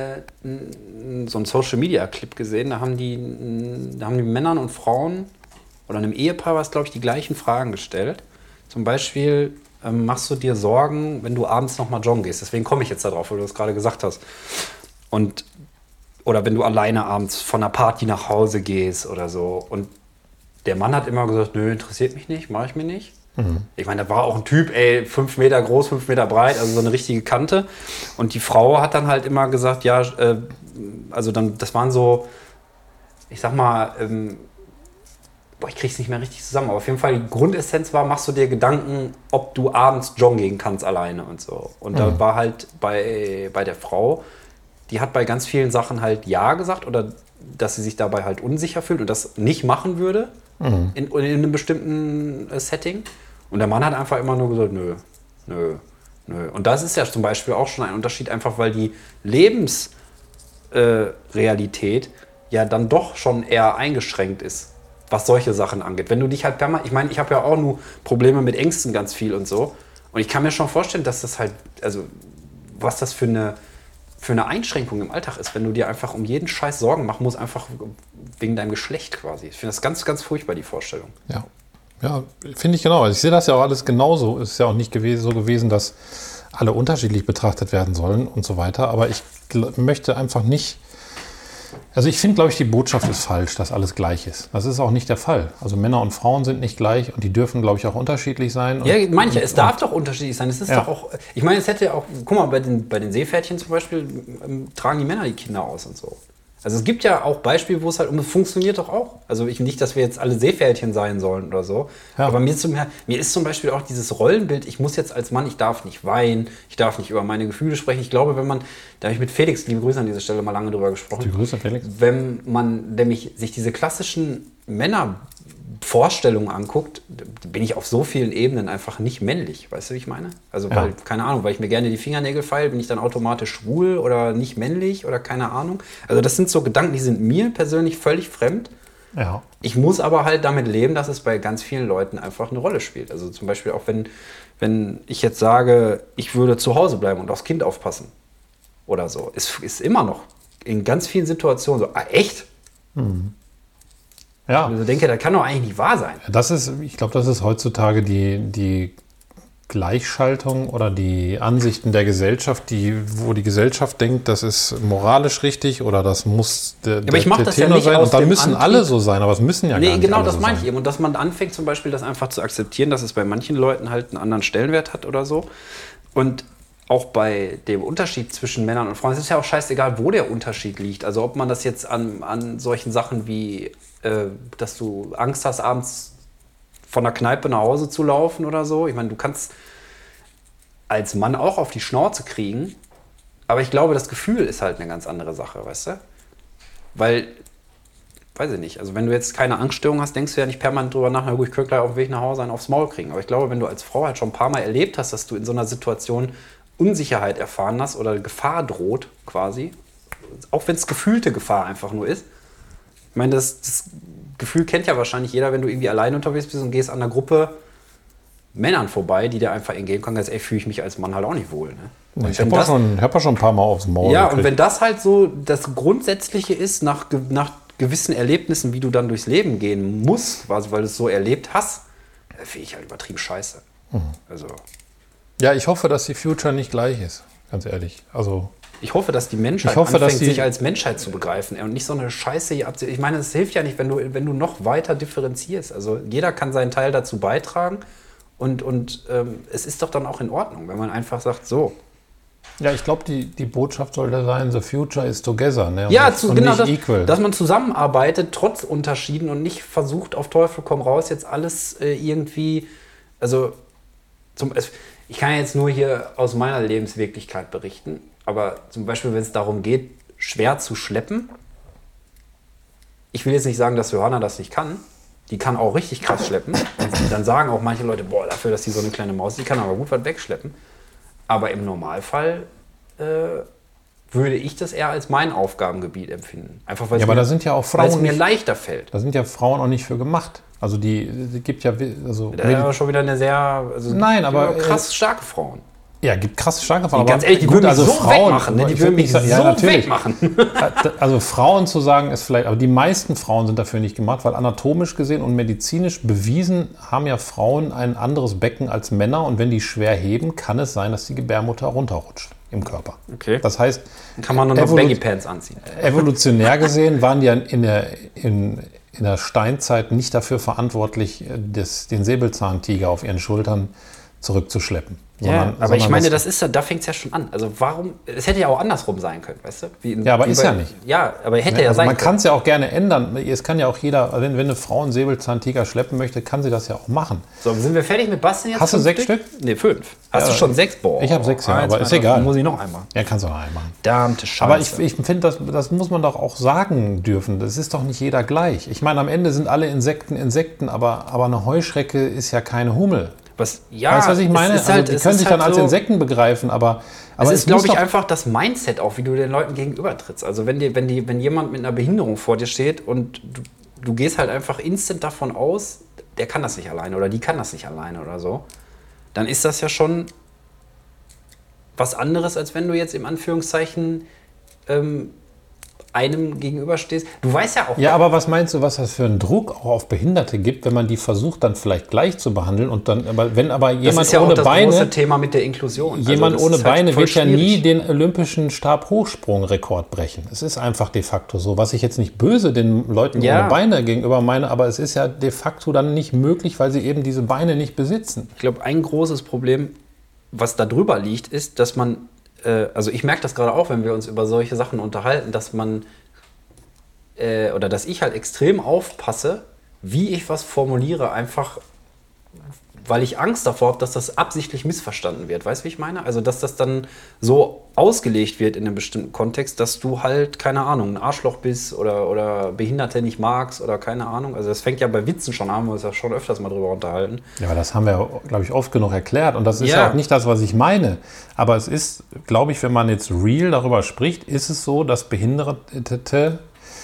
[SPEAKER 1] so einen Social-Media-Clip gesehen, da haben die Männern und Frauen oder einem Ehepaar war es, glaube ich, die gleichen Fragen gestellt. Zum Beispiel, machst du dir Sorgen, wenn du abends nochmal joggen gehst? Deswegen komme ich jetzt darauf, weil du das gerade gesagt hast. Oder wenn du alleine abends von einer Party nach Hause gehst oder so. Und der Mann hat immer gesagt, nö, interessiert mich nicht, mache ich mir nicht. Ich meine, da war auch ein Typ, 5 Meter groß, 5 Meter breit, also so eine richtige Kante. Und die Frau hat dann halt immer gesagt, ja, das waren so, ich sag mal, ich krieg's nicht mehr richtig zusammen, aber auf jeden Fall die Grundessenz war, machst du dir Gedanken, ob du abends joggen gehen kannst alleine und so. Und da war halt bei der Frau, die hat bei ganz vielen Sachen halt Ja gesagt oder dass sie sich dabei halt unsicher fühlt und das nicht machen würde in einem bestimmten Setting. Und der Mann hat einfach immer nur gesagt, nö. Und das ist ja zum Beispiel auch schon ein Unterschied, einfach weil die Lebensrealität ja dann doch schon eher eingeschränkt ist, was solche Sachen angeht. Wenn du dich halt permanent, ich meine, ich habe ja auch nur Probleme mit Ängsten ganz viel und so. Und ich kann mir schon vorstellen, dass das halt, also was das für eine Einschränkung im Alltag ist, wenn du dir einfach um jeden Scheiß Sorgen machen musst, einfach wegen deinem Geschlecht quasi. Ich finde das ganz, ganz furchtbar, die Vorstellung.
[SPEAKER 2] Ja, finde ich genau. Also ich sehe das ja auch alles genauso. Es ist ja auch nicht so gewesen, dass alle unterschiedlich betrachtet werden sollen und so weiter. Aber ich möchte einfach nicht. Also ich finde, glaube ich, die Botschaft ist falsch, dass alles gleich ist. Das ist auch nicht der Fall. Also Männer und Frauen sind nicht gleich und die dürfen, glaube ich, auch unterschiedlich sein.
[SPEAKER 1] Ja, manche. Es darf doch unterschiedlich sein. Es ist doch auch. Ich meine, es hätte auch. Guck mal, bei den Seepferdchen zum Beispiel tragen die Männer die Kinder aus und so. Also es gibt ja auch Beispiele, wo es halt, und es funktioniert doch auch. Also nicht, dass wir jetzt alle Seepferdchen sein sollen oder so. Ja. Aber mir ist zum Beispiel auch dieses Rollenbild, ich muss jetzt als Mann, ich darf nicht weinen, ich darf nicht über meine Gefühle sprechen. Ich glaube, da habe ich mit Felix, liebe Grüße an dieser Stelle, mal lange drüber gesprochen.
[SPEAKER 2] Die Grüße, Felix.
[SPEAKER 1] Wenn man nämlich sich diese klassischen Männervorstellungen anguckt, bin ich auf so vielen Ebenen einfach nicht männlich. Weißt du, wie ich meine? Also, weil, keine Ahnung, weil ich mir gerne die Fingernägel feile, bin ich dann automatisch schwul oder nicht männlich oder keine Ahnung. Also das sind so Gedanken, die sind mir persönlich völlig fremd.
[SPEAKER 2] Ja.
[SPEAKER 1] Ich muss aber halt damit leben, dass es bei ganz vielen Leuten einfach eine Rolle spielt. Also zum Beispiel auch, wenn ich jetzt sage, ich würde zu Hause bleiben und aufs Kind aufpassen oder so, ist immer noch in ganz vielen Situationen so, echt?
[SPEAKER 2] Ja.
[SPEAKER 1] Also denke, das kann doch eigentlich nicht wahr sein.
[SPEAKER 2] Ich glaube, das ist heutzutage die Gleichschaltung oder die Ansichten der Gesellschaft, wo die Gesellschaft denkt, das ist moralisch richtig oder das muss der
[SPEAKER 1] Tenor
[SPEAKER 2] sein. Und dann müssen alle so sein, aber es müssen ja gar nicht
[SPEAKER 1] genau,
[SPEAKER 2] alle
[SPEAKER 1] das
[SPEAKER 2] so
[SPEAKER 1] meine
[SPEAKER 2] sein.
[SPEAKER 1] ich eben. Und dass man anfängt zum Beispiel das einfach zu akzeptieren, dass es bei manchen Leuten halt einen anderen Stellenwert hat oder so. Und auch bei dem Unterschied zwischen Männern und Frauen, es ist ja auch scheißegal, wo der Unterschied liegt. Also ob man das jetzt an solchen Sachen wie, dass du Angst hast, abends von der Kneipe nach Hause zu laufen oder so. Ich meine, du kannst als Mann auch auf die Schnauze kriegen, aber ich glaube, das Gefühl ist halt eine ganz andere Sache, weißt du? Weil, weiß ich nicht, also wenn du jetzt keine Angststörung hast, denkst du ja nicht permanent drüber nach, na gut, ich könnte gleich auf dem Weg nach Hause einen aufs Maul kriegen. Aber ich glaube, wenn du als Frau halt schon ein paar Mal erlebt hast, dass du in so einer Situation Unsicherheit erfahren hast oder Gefahr droht quasi, auch wenn es gefühlte Gefahr einfach nur ist. Ich meine, das Gefühl kennt ja wahrscheinlich jeder, wenn du irgendwie alleine unterwegs bist und gehst an einer Gruppe Männern vorbei, die dir einfach entgegenkommen, ey, fühle ich mich als Mann halt auch nicht wohl. Ne?
[SPEAKER 2] Ich habe ja schon ein paar Mal aufs Maul gekriegt.
[SPEAKER 1] Und wenn das halt so das Grundsätzliche ist, nach gewissen Erlebnissen, wie du dann durchs Leben gehen musst, quasi, weil du es so erlebt hast, finde ich halt übertrieben scheiße. Also.
[SPEAKER 2] Ja, ich hoffe, dass die Future nicht gleich ist, ganz ehrlich. Also
[SPEAKER 1] ich hoffe, dass die Menschheit anfängt, sich als Menschheit zu begreifen und nicht so eine Scheiße hier abzuziehen. Ich meine, es hilft ja nicht, wenn du noch weiter differenzierst. Also jeder kann seinen Teil dazu beitragen und es ist doch dann auch in Ordnung, wenn man einfach sagt, so.
[SPEAKER 2] Ja, ich glaube, die Botschaft sollte sein, the future is together. Ne?
[SPEAKER 1] Genau, dass man zusammenarbeitet, trotz Unterschieden und nicht versucht, auf Teufel komm raus, jetzt alles irgendwie, also ich kann jetzt nur hier aus meiner Lebenswirklichkeit berichten, aber zum Beispiel, wenn es darum geht, schwer zu schleppen, ich will jetzt nicht sagen, dass Johanna das nicht kann, die kann auch richtig krass schleppen, und dann sagen auch manche Leute, boah, dafür, dass die so eine kleine Maus ist, die kann aber gut was wegschleppen, aber im Normalfall würde ich das eher als mein Aufgabengebiet empfinden. Einfach weil es mir leichter fällt.
[SPEAKER 2] Da sind ja Frauen auch nicht für gemacht. Also die gibt ja... Also
[SPEAKER 1] da ist aber schon wieder eine sehr... Also
[SPEAKER 2] nein, aber...
[SPEAKER 1] krass starke Frauen.
[SPEAKER 2] Ja, gibt krass starke Frauen.
[SPEAKER 1] Ganz ehrlich, die würden mich so wegmachen. Die würden mich so wegmachen.
[SPEAKER 2] Also Frauen zu sagen ist vielleicht... Aber die meisten Frauen sind dafür nicht gemacht, weil anatomisch gesehen und medizinisch bewiesen haben ja Frauen ein anderes Becken als Männer. Und wenn die schwer heben, kann es sein, dass die Gebärmutter runterrutscht im Körper.
[SPEAKER 1] Okay.
[SPEAKER 2] Das heißt...
[SPEAKER 1] Dann kann man nur noch Baggy Pants anziehen.
[SPEAKER 2] Evolutionär gesehen waren die ja in der Steinzeit nicht dafür verantwortlich, den Säbelzahntiger auf ihren Schultern zurückzuschleppen.
[SPEAKER 1] Aber ich meine, da fängt es ja schon an. Also warum, es hätte ja auch andersrum sein können, weißt du?
[SPEAKER 2] Aber ist ja nicht.
[SPEAKER 1] Ja, aber hätte ja sein können.
[SPEAKER 2] Man kann es ja auch gerne ändern. Es kann ja auch jeder, wenn eine Frau einen Säbelzahntiger schleppen möchte, kann sie das ja auch machen.
[SPEAKER 1] So, sind wir fertig mit Bastian jetzt?
[SPEAKER 2] Hast du 6 Stück?
[SPEAKER 1] Nee, 5. Hast du schon 6? Boah.
[SPEAKER 2] Ich habe 6, ja, aber ist egal.
[SPEAKER 1] Dann muss ich noch einmal.
[SPEAKER 2] Ja, kannst du noch einmal.
[SPEAKER 1] Verdammte Scheiße.
[SPEAKER 2] Aber ich finde, das muss man doch auch sagen dürfen. Das ist doch nicht jeder gleich. Ich meine, am Ende sind alle Insekten, aber eine Heuschrecke ist ja keine Hummel.
[SPEAKER 1] Weißt du,
[SPEAKER 2] was ich meine? Die können sich dann als Insekten begreifen, aber
[SPEAKER 1] es ist, glaube ich, einfach das Mindset auch, wie du den Leuten gegenüber trittst. Also wenn jemand mit einer Behinderung vor dir steht und du gehst halt einfach instant davon aus, der kann das nicht alleine oder die kann das nicht alleine oder so, dann ist das ja schon was anderes, als wenn du jetzt im Anführungszeichen einem gegenüberstehst. Du weißt ja auch...
[SPEAKER 2] Ja, aber was meinst du, was das für einen Druck auch auf Behinderte gibt, wenn man die versucht, dann vielleicht gleich zu behandeln und dann, wenn aber jemand
[SPEAKER 1] das ist ja
[SPEAKER 2] ohne
[SPEAKER 1] auch das
[SPEAKER 2] Beine...
[SPEAKER 1] große Thema mit der Inklusion.
[SPEAKER 2] Jemand
[SPEAKER 1] also
[SPEAKER 2] ohne
[SPEAKER 1] ist halt
[SPEAKER 2] Beine
[SPEAKER 1] voll
[SPEAKER 2] wird ja nie
[SPEAKER 1] schwierig.
[SPEAKER 2] den olympischen Stabhochsprung-Rekord brechen. Es ist einfach de facto so. Was ich jetzt nicht böse den Leuten ohne Beine gegenüber meine, aber es ist ja de facto dann nicht möglich, weil sie eben diese Beine nicht besitzen.
[SPEAKER 1] Ich glaube, ein großes Problem, was da drüber liegt, ist, dass man, also ich merke das gerade auch, wenn wir uns über solche Sachen unterhalten, dass man, oder dass ich halt extrem aufpasse, wie ich was formuliere, einfach weil ich Angst davor habe, dass das absichtlich missverstanden wird. Weißt du, wie ich meine? Also, dass das dann so ausgelegt wird in einem bestimmten Kontext, dass du halt, keine Ahnung, ein Arschloch bist oder Behinderte nicht magst oder keine Ahnung. Also, das fängt ja bei Witzen schon an, wir uns ja schon öfters mal drüber unterhalten.
[SPEAKER 2] Ja, aber das haben wir, glaube ich, oft genug erklärt. Und das ist ja auch nicht das, was ich meine. Aber es ist, glaube ich, wenn man jetzt real darüber spricht, ist es so, dass Behinderte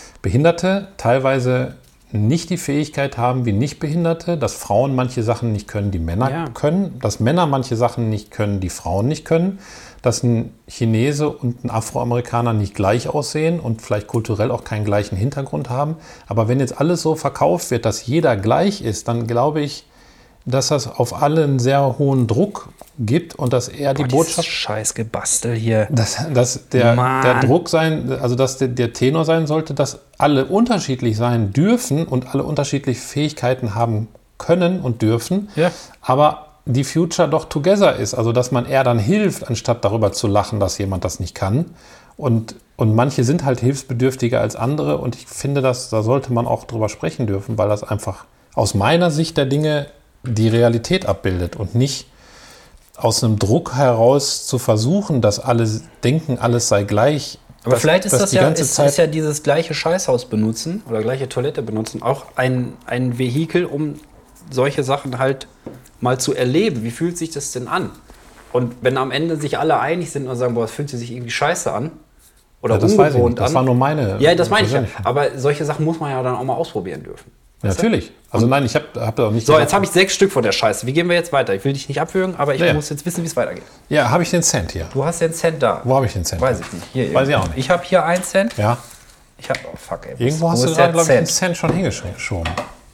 [SPEAKER 2] teilweise nicht die Fähigkeit haben wie Nichtbehinderte, dass Frauen manche Sachen nicht können, die Männer können, dass Männer manche Sachen nicht können, die Frauen nicht können, dass ein Chinese und ein Afroamerikaner nicht gleich aussehen und vielleicht kulturell auch keinen gleichen Hintergrund haben. Aber wenn jetzt alles so verkauft wird, dass jeder gleich ist, dann glaube ich, dass das auf alle einen sehr hohen Druck gibt und dass er die Botschaft...
[SPEAKER 1] Scheiß Gebastel hier.
[SPEAKER 2] Dass der Druck sein, also dass der Tenor sein sollte, dass alle unterschiedlich sein dürfen und alle unterschiedliche Fähigkeiten haben können und dürfen, aber die Future doch together ist, also dass man eher dann hilft, anstatt darüber zu lachen, dass jemand das nicht kann. Und manche sind halt hilfsbedürftiger als andere und ich finde, da sollte man auch drüber sprechen dürfen, weil das einfach aus meiner Sicht der Dinge die Realität abbildet und nicht aus einem Druck heraus zu versuchen, dass alle denken, alles sei gleich.
[SPEAKER 1] Aber vielleicht ist das ist ja dieses gleiche Scheißhaus benutzen oder gleiche Toilette benutzen auch ein Vehikel, um solche Sachen halt mal zu erleben. Wie fühlt sich das denn an? Und wenn am Ende sich alle einig sind und sagen, boah, es fühlt sich irgendwie scheiße an oder
[SPEAKER 2] das
[SPEAKER 1] ungewohnt an.
[SPEAKER 2] Das war nur meine...
[SPEAKER 1] Ja, das meine ich ja. Aber solche Sachen muss man ja dann auch mal ausprobieren dürfen.
[SPEAKER 2] Ja, natürlich. Also nein, ich hab da auch nicht...
[SPEAKER 1] So, jetzt habe ich 6 Stück von der Scheiße. Wie gehen wir jetzt weiter? Ich will dich nicht abwürgen, aber ich muss jetzt wissen, wie es weitergeht.
[SPEAKER 2] Ja, habe ich den Cent hier?
[SPEAKER 1] Du hast den Cent da.
[SPEAKER 2] Wo habe ich den Cent?
[SPEAKER 1] Weiß ich nicht. Hier,
[SPEAKER 2] weiß ich auch nicht.
[SPEAKER 1] Ich habe hier 1 Cent.
[SPEAKER 2] Ja.
[SPEAKER 1] Ich habe... Oh, fuck, ey.
[SPEAKER 2] Irgendwo hast du da, glaube ich, einen Cent schon hingeschoben.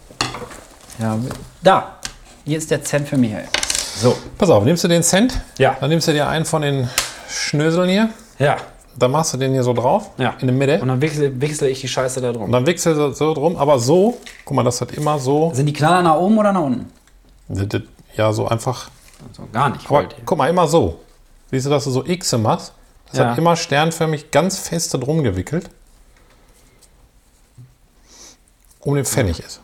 [SPEAKER 1] Ja, da. Hier ist der Cent für Michael. So.
[SPEAKER 2] Pass auf, nimmst du den Cent?
[SPEAKER 1] Ja.
[SPEAKER 2] Dann nimmst du dir einen von den Schnöseln hier.
[SPEAKER 1] Ja.
[SPEAKER 2] Dann machst du den hier so drauf, in der Mitte.
[SPEAKER 1] Und dann wechsle ich die Scheiße da drum.
[SPEAKER 2] Und dann wechselst du so drum, aber so, guck mal, das hat immer so...
[SPEAKER 1] Sind die Knaller nach oben oder nach unten?
[SPEAKER 2] Ja, so einfach...
[SPEAKER 1] Also gar nicht.
[SPEAKER 2] Aber, guck mal, immer so. Siehst du, dass du so Xe machst? Das hat immer sternförmig ganz feste drum gewickelt. Um den Pfennig ist.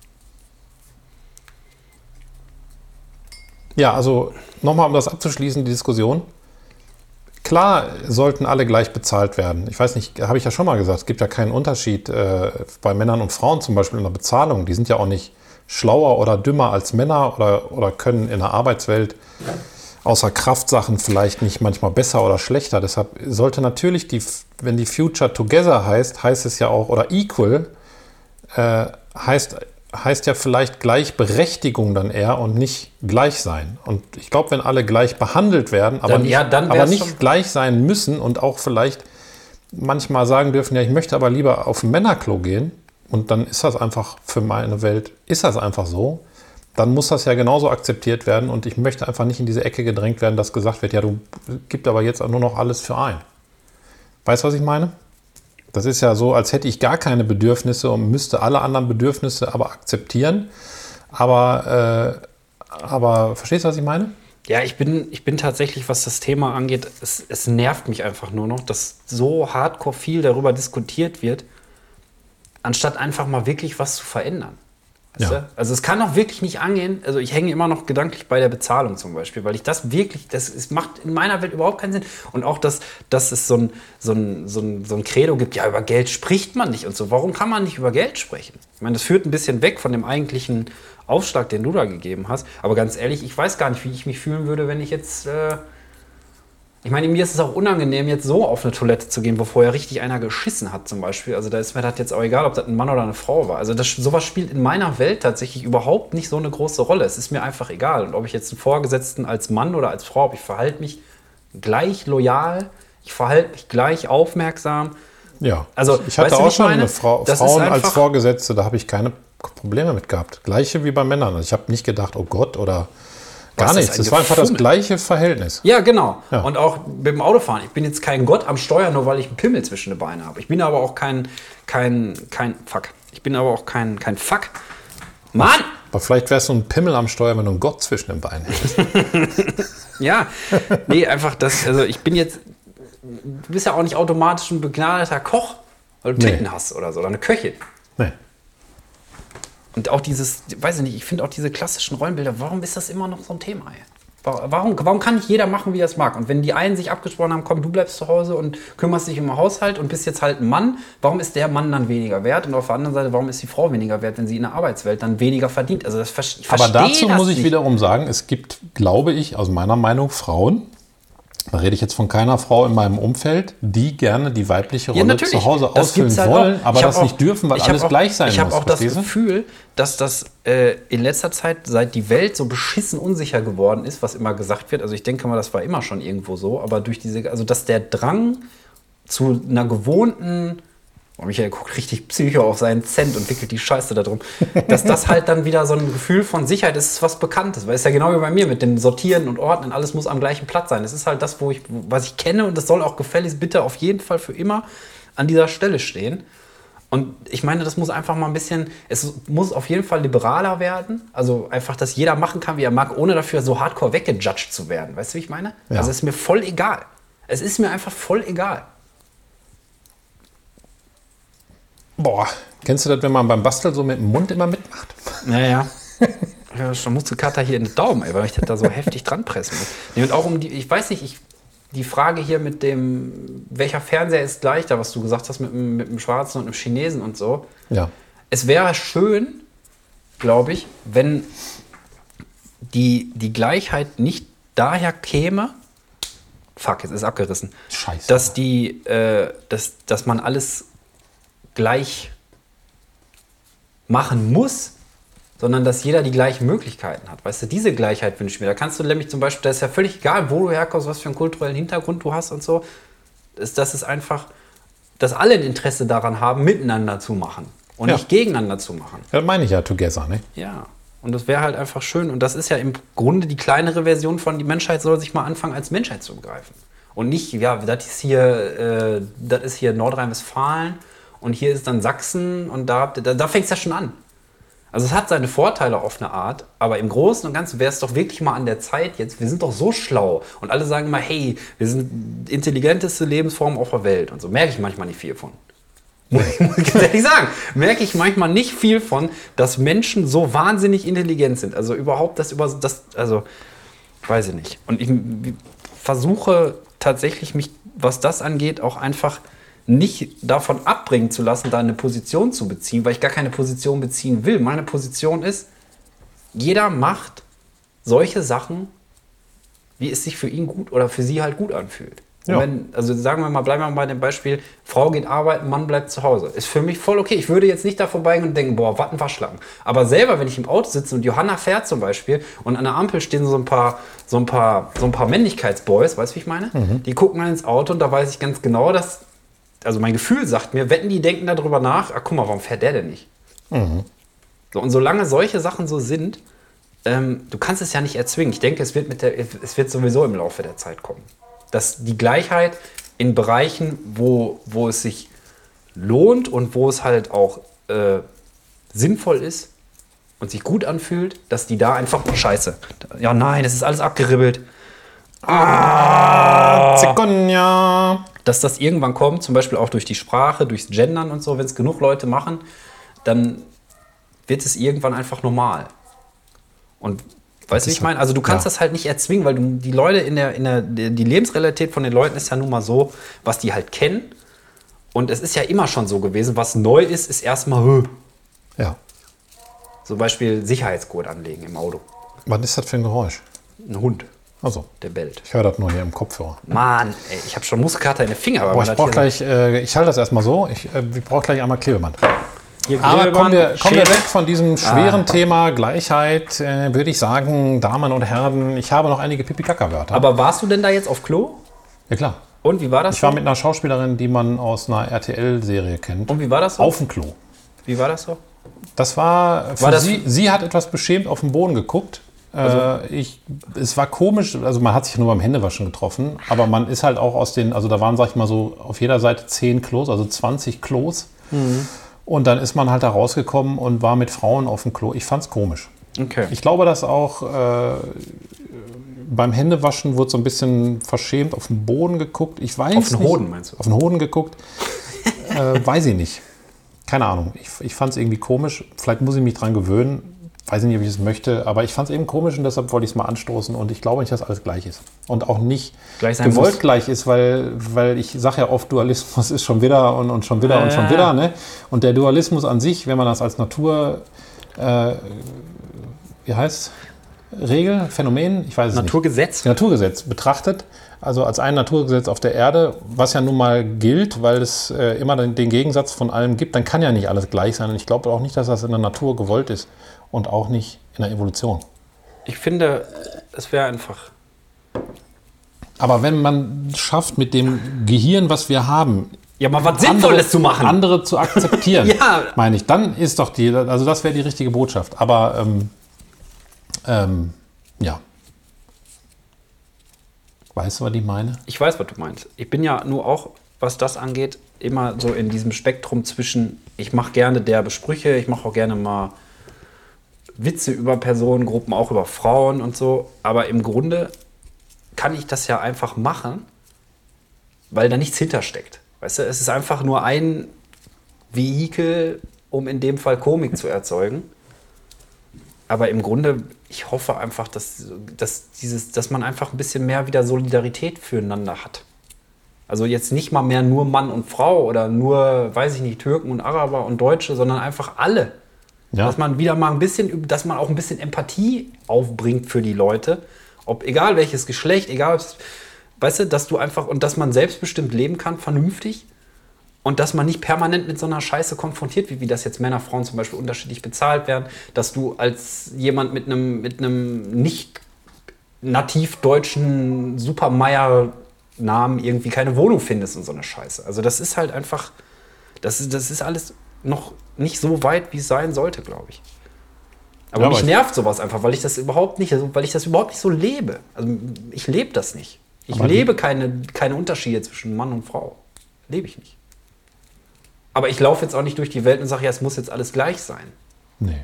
[SPEAKER 2] Ja, also nochmal, um das abzuschließen, die Diskussion. Klar sollten alle gleich bezahlt werden. Ich weiß nicht, habe ich ja schon mal gesagt, es gibt ja keinen Unterschied bei Männern und Frauen zum Beispiel in der Bezahlung. Die sind ja auch nicht schlauer oder dümmer als Männer oder können in der Arbeitswelt außer Kraftsachen vielleicht nicht manchmal besser oder schlechter. Deshalb sollte natürlich, wenn die Future Together heißt es ja auch, oder Equal, heißt ja vielleicht Gleichberechtigung dann eher und nicht gleich sein. Und ich glaube, wenn alle gleich behandelt werden, aber nicht gleich sein müssen und auch vielleicht manchmal sagen dürfen, ja, ich möchte aber lieber auf ein Männerklo gehen und dann ist das einfach für meine Welt, ist das einfach so, dann muss das ja genauso akzeptiert werden und ich möchte einfach nicht in diese Ecke gedrängt werden, dass gesagt wird, ja, du gibst aber jetzt nur noch alles für ein. Weißt du, was ich meine? Das ist ja so, als hätte ich gar keine Bedürfnisse und müsste alle anderen Bedürfnisse aber akzeptieren. Aber verstehst du, was ich meine?
[SPEAKER 1] Ja, ich bin tatsächlich, was das Thema angeht, es nervt mich einfach nur noch, dass so hardcore viel darüber diskutiert wird, anstatt einfach mal wirklich was zu verändern. Weißt du? Also es kann auch wirklich nicht angehen, also ich hänge immer noch gedanklich bei der Bezahlung zum Beispiel, weil ich das wirklich, es macht in meiner Welt überhaupt keinen Sinn. Und auch, dass es so ein Credo gibt, ja, über Geld spricht man nicht und so. Warum kann man nicht über Geld sprechen? Ich meine, das führt ein bisschen weg von dem eigentlichen Aufschlag, den du da gegeben hast. Aber ganz ehrlich, ich weiß gar nicht, wie ich mich fühlen würde, wenn ich jetzt... Ich meine, mir ist es auch unangenehm, jetzt so auf eine Toilette zu gehen, wo vorher richtig einer geschissen hat zum Beispiel. Also da ist mir das jetzt auch egal, ob das ein Mann oder eine Frau war. Also sowas spielt in meiner Welt tatsächlich überhaupt nicht so eine große Rolle. Es ist mir einfach egal. Und ob ich jetzt einen Vorgesetzten als Mann oder als Frau habe, ich verhalte mich gleich loyal, ich verhalte mich gleich aufmerksam.
[SPEAKER 2] Ja,
[SPEAKER 1] Also,
[SPEAKER 2] ich hatte
[SPEAKER 1] weißt du, wie
[SPEAKER 2] auch
[SPEAKER 1] ich
[SPEAKER 2] schon
[SPEAKER 1] meine?
[SPEAKER 2] eine Frauen als Vorgesetzte, da habe ich keine Probleme mit gehabt. Gleiche wie bei Männern. Also ich habe nicht gedacht, oh Gott, oder gar nichts. Es war einfach das gleiche Verhältnis.
[SPEAKER 1] Ja, genau.
[SPEAKER 2] Ja.
[SPEAKER 1] Und auch mit dem Autofahren. Ich bin jetzt kein Gott am Steuer, nur weil ich einen Pimmel zwischen den Beinen habe. Ich bin aber auch kein Fuck. Ich bin aber auch kein Fuck. Mann!
[SPEAKER 2] Aber vielleicht wärst du ein Pimmel am Steuer, wenn du einen Gott zwischen den Beinen hättest.
[SPEAKER 1] Ja, nee, einfach das, also ich bin jetzt, du bist ja auch nicht automatisch ein begnadeter Koch, weil du Titten hast oder so, oder eine Köchin.
[SPEAKER 2] Nee.
[SPEAKER 1] Und auch dieses, weiß ich nicht, ich finde auch diese klassischen Rollenbilder, warum ist das immer noch so ein Thema? Ey? Warum kann nicht jeder machen, wie er es mag? Und wenn die einen sich abgesprochen haben, komm, du bleibst zu Hause und kümmerst dich um den Haushalt und bist jetzt halt ein Mann, warum ist der Mann dann weniger wert? Und auf der anderen Seite, warum ist die Frau weniger wert, wenn sie in der Arbeitswelt dann weniger verdient? Also das
[SPEAKER 2] Aber dazu muss ich wiederum sagen, es gibt, glaube ich, aus meiner Meinung Frauen, da rede ich jetzt von keiner Frau in meinem Umfeld, die gerne die weibliche Rolle zu Hause ausfüllen wollen, aber das nicht dürfen, weil alles gleich sein muss.
[SPEAKER 1] Ich habe auch das Gefühl, dass das in letzter Zeit, seit die Welt so beschissen unsicher geworden ist, was immer gesagt wird, also ich denke mal, das war immer schon irgendwo so, aber durch also dass der Drang zu einer gewohnten, Michael guckt richtig psycho auf seinen Cent und wickelt die Scheiße da drum, dass das halt dann wieder so ein Gefühl von Sicherheit ist, was Bekanntes. Weil es ja genau wie bei mir mit dem Sortieren und Ordnen, alles muss am gleichen Platz sein. Es ist halt das, was ich kenne und das soll auch gefälligst bitte auf jeden Fall für immer an dieser Stelle stehen. Und ich meine, das muss einfach mal ein bisschen, es muss auf jeden Fall liberaler werden. Also einfach, dass jeder machen kann, wie er mag, ohne dafür so hardcore weggejudged zu werden. Weißt du, wie ich meine? Ja. Also es ist mir voll egal. Es ist mir einfach voll egal.
[SPEAKER 2] Boah, kennst du das, wenn man beim Basteln so mit dem Mund immer mitmacht?
[SPEAKER 1] Naja. Ja, schon Muskelkater hier in den Daumen, ey, weil ich das da so heftig dran pressen muss. Nee, und auch ich weiß nicht, die Frage hier mit dem, welcher Fernseher ist leichter, was du gesagt hast, mit dem Schwarzen und dem Chinesen und so.
[SPEAKER 2] Ja.
[SPEAKER 1] Es wäre schön, glaube ich, wenn die Gleichheit nicht daher käme, fuck, jetzt ist abgerissen,
[SPEAKER 2] Scheiße.
[SPEAKER 1] Dass man alles gleich machen muss, sondern dass jeder die gleichen Möglichkeiten hat. Weißt du, diese Gleichheit wünsche ich mir. Da kannst du nämlich zum Beispiel, da ist ja völlig egal, wo du herkommst, was für einen kulturellen Hintergrund du hast und so, das ist einfach, dass alle ein Interesse daran haben, miteinander zu machen und nicht gegeneinander zu machen.
[SPEAKER 2] Ja, das meine ich ja, together, ne?
[SPEAKER 1] Ja, und das wäre halt einfach schön. Und das ist ja im Grunde die kleinere Version von, die Menschheit soll sich mal anfangen, als Menschheit zu begreifen. Und nicht, ja, das ist hier Nordrhein-Westfalen und hier ist dann Sachsen und da fängt es ja schon an. Also es hat seine Vorteile auf eine Art, aber im Großen und Ganzen wäre es doch wirklich mal an der Zeit jetzt, wir sind doch so schlau und alle sagen immer, hey, wir sind die intelligenteste Lebensform auf der Welt und so. Merke ich manchmal nicht viel von. Muss ich ganz ehrlich sagen, merke ich manchmal nicht viel von, dass Menschen so wahnsinnig intelligent sind. Also überhaupt also weiß ich nicht. Und ich versuche tatsächlich mich, was das angeht, auch einfach nicht davon abbringen zu lassen, da eine Position zu beziehen, weil ich gar keine Position beziehen will. Meine Position ist, jeder macht solche Sachen, wie es sich für ihn gut oder für sie halt gut anfühlt. Ja. Also sagen wir mal, bleiben wir mal bei dem Beispiel, Frau geht arbeiten, Mann bleibt zu Hause. Ist für mich voll okay. Ich würde jetzt nicht da vorbeigehen und denken, boah, was ein Waschlappen. Aber selber, wenn ich im Auto sitze und Johanna fährt zum Beispiel und an der Ampel stehen so ein paar Männlichkeitsboys, weißt du, wie ich meine? Mhm. Die gucken dann ins Auto und da weiß ich ganz genau, dass, also mein Gefühl sagt mir, wetten die denken darüber nach, guck mal, warum fährt der denn nicht? Mhm. So, und solange solche Sachen so sind, du kannst es ja nicht erzwingen. Ich denke, es wird sowieso im Laufe der Zeit kommen. Dass die Gleichheit in Bereichen, wo es sich lohnt und wo es halt auch sinnvoll ist und sich gut anfühlt, dass die da einfach, scheiße, ja nein, es ist alles abgeribbelt.
[SPEAKER 2] Zigeuner.
[SPEAKER 1] Dass das irgendwann kommt, zum Beispiel auch durch die Sprache, durchs Gendern und so, wenn es genug Leute machen, dann wird es irgendwann einfach normal. Und weißt du, wie ich meine? Also du kannst das halt nicht erzwingen, weil die Leute die Lebensrealität von den Leuten ist ja nun mal so, was die halt kennen. Und es ist ja immer schon so gewesen, was neu ist erstmal
[SPEAKER 2] Ja.
[SPEAKER 1] Zum Beispiel Sicherheitsgurt anlegen im Auto.
[SPEAKER 2] Was ist das für ein Geräusch?
[SPEAKER 1] Ein Hund.
[SPEAKER 2] Also,
[SPEAKER 1] der bellt.
[SPEAKER 2] Ich höre das nur hier im Kopfhörer.
[SPEAKER 1] Mann, ey, ich habe schon Muskelkater in den Fingern.
[SPEAKER 2] Boah, ich brauche gleich, ich halte das erstmal so, ich brauche gleich einmal Klebeband. Aber kommen wir weg von diesem schweren Thema Gleichheit, würde ich sagen, Damen und Herren, ich habe noch einige Pipi-Kaka-Wörter.
[SPEAKER 1] Aber warst du denn da jetzt auf Klo?
[SPEAKER 2] Ja, klar.
[SPEAKER 1] Und wie war das
[SPEAKER 2] Ich war mit einer Schauspielerin, die man aus einer RTL-Serie kennt.
[SPEAKER 1] Und wie war das so?
[SPEAKER 2] Auf dem Klo.
[SPEAKER 1] Wie war das so?
[SPEAKER 2] Das war für
[SPEAKER 1] das-
[SPEAKER 2] sie hat etwas beschämt auf den Boden geguckt. Es war komisch, also man hat sich nur beim Händewaschen getroffen, aber man ist halt auch aus den, also da waren, sag ich mal so, auf jeder Seite 10 Klos, also 20 Klos. Und dann ist man halt da rausgekommen und war mit Frauen auf dem Klo. Ich fand's komisch.
[SPEAKER 1] Okay.
[SPEAKER 2] Ich glaube, dass auch beim Händewaschen wurde so ein bisschen verschämt auf den Boden geguckt. Ich weiß
[SPEAKER 1] Auf den
[SPEAKER 2] nicht.
[SPEAKER 1] Hoden, meinst du?
[SPEAKER 2] Auf den Hoden geguckt. Weiß ich nicht. Keine Ahnung. Ich fand es irgendwie komisch. Vielleicht muss ich mich dran gewöhnen. Weiß ich nicht, ob ich es möchte. Aber ich fand es eben komisch und deshalb wollte ich es mal anstoßen. Und ich glaube nicht, dass alles gleich ist. Und auch nicht
[SPEAKER 1] Gleich sein
[SPEAKER 2] gewollt
[SPEAKER 1] muss.
[SPEAKER 2] gleich ist, weil ich sage ja oft, Dualismus ist schon wieder und schon wieder und schon wieder. Ne? Und der Dualismus an sich, wenn man das als Natur, wie heißt Regel, Phänomen, ich weiß es nicht. Naturgesetz betrachtet, also als ein Naturgesetz auf der Erde, was ja nun mal gilt, weil es immer den Gegensatz von allem gibt, dann kann ja nicht alles gleich sein. Und ich glaube auch nicht, dass das in der Natur gewollt ist und auch nicht in der Evolution.
[SPEAKER 1] Ich finde, es wäre einfach...
[SPEAKER 2] Aber wenn man schafft, mit dem Gehirn, was wir haben,
[SPEAKER 1] Ja, mal was Sinnvolles zu machen.
[SPEAKER 2] andere zu akzeptieren,
[SPEAKER 1] Ja.
[SPEAKER 2] meine ich, dann ist doch also das wäre die richtige Botschaft. Aber ja. Weißt du, was ich meine?
[SPEAKER 1] Ich weiß, was du meinst. Ich bin ja nur auch, was das angeht, immer so in diesem Spektrum zwischen, ich mache gerne derbe Sprüche, ich mache auch gerne mal Witze über Personengruppen, auch über Frauen und so. Aber im Grunde kann ich das ja einfach machen, weil da nichts hintersteckt. Weißt du, es ist einfach nur ein Vehikel, um in dem Fall Komik zu erzeugen. Aber im Grunde, ich hoffe einfach, dass man einfach ein bisschen mehr wieder Solidarität füreinander hat. Also jetzt nicht mal mehr nur Mann und Frau oder nur, weiß ich nicht, Türken und Araber und Deutsche, sondern einfach alle.
[SPEAKER 2] Ja.
[SPEAKER 1] Dass man wieder mal ein bisschen, dass man auch ein bisschen Empathie aufbringt für die Leute. Ob, egal welches Geschlecht, egal, weißt du, dass du einfach, und dass man selbstbestimmt leben kann, vernünftig. Und dass man nicht permanent mit so einer Scheiße konfrontiert, wie das jetzt Männer, Frauen zum Beispiel unterschiedlich bezahlt werden. Dass du als jemand mit einem nicht nativ deutschen Supermeier-Namen irgendwie keine Wohnung findest und so eine Scheiße. Also das ist halt einfach, das ist alles noch nicht so weit, wie es sein sollte, glaube ich. Aber
[SPEAKER 2] Ja,
[SPEAKER 1] mich
[SPEAKER 2] aber
[SPEAKER 1] nervt sowas einfach, weil ich das überhaupt nicht so lebe. Also ich lebe das nicht. Ich
[SPEAKER 2] Aber
[SPEAKER 1] lebe keine Unterschiede zwischen Mann und Frau. Lebe ich nicht. Aber ich laufe jetzt auch nicht durch die Welt und sage, ja, es muss jetzt alles gleich sein.
[SPEAKER 2] Nee.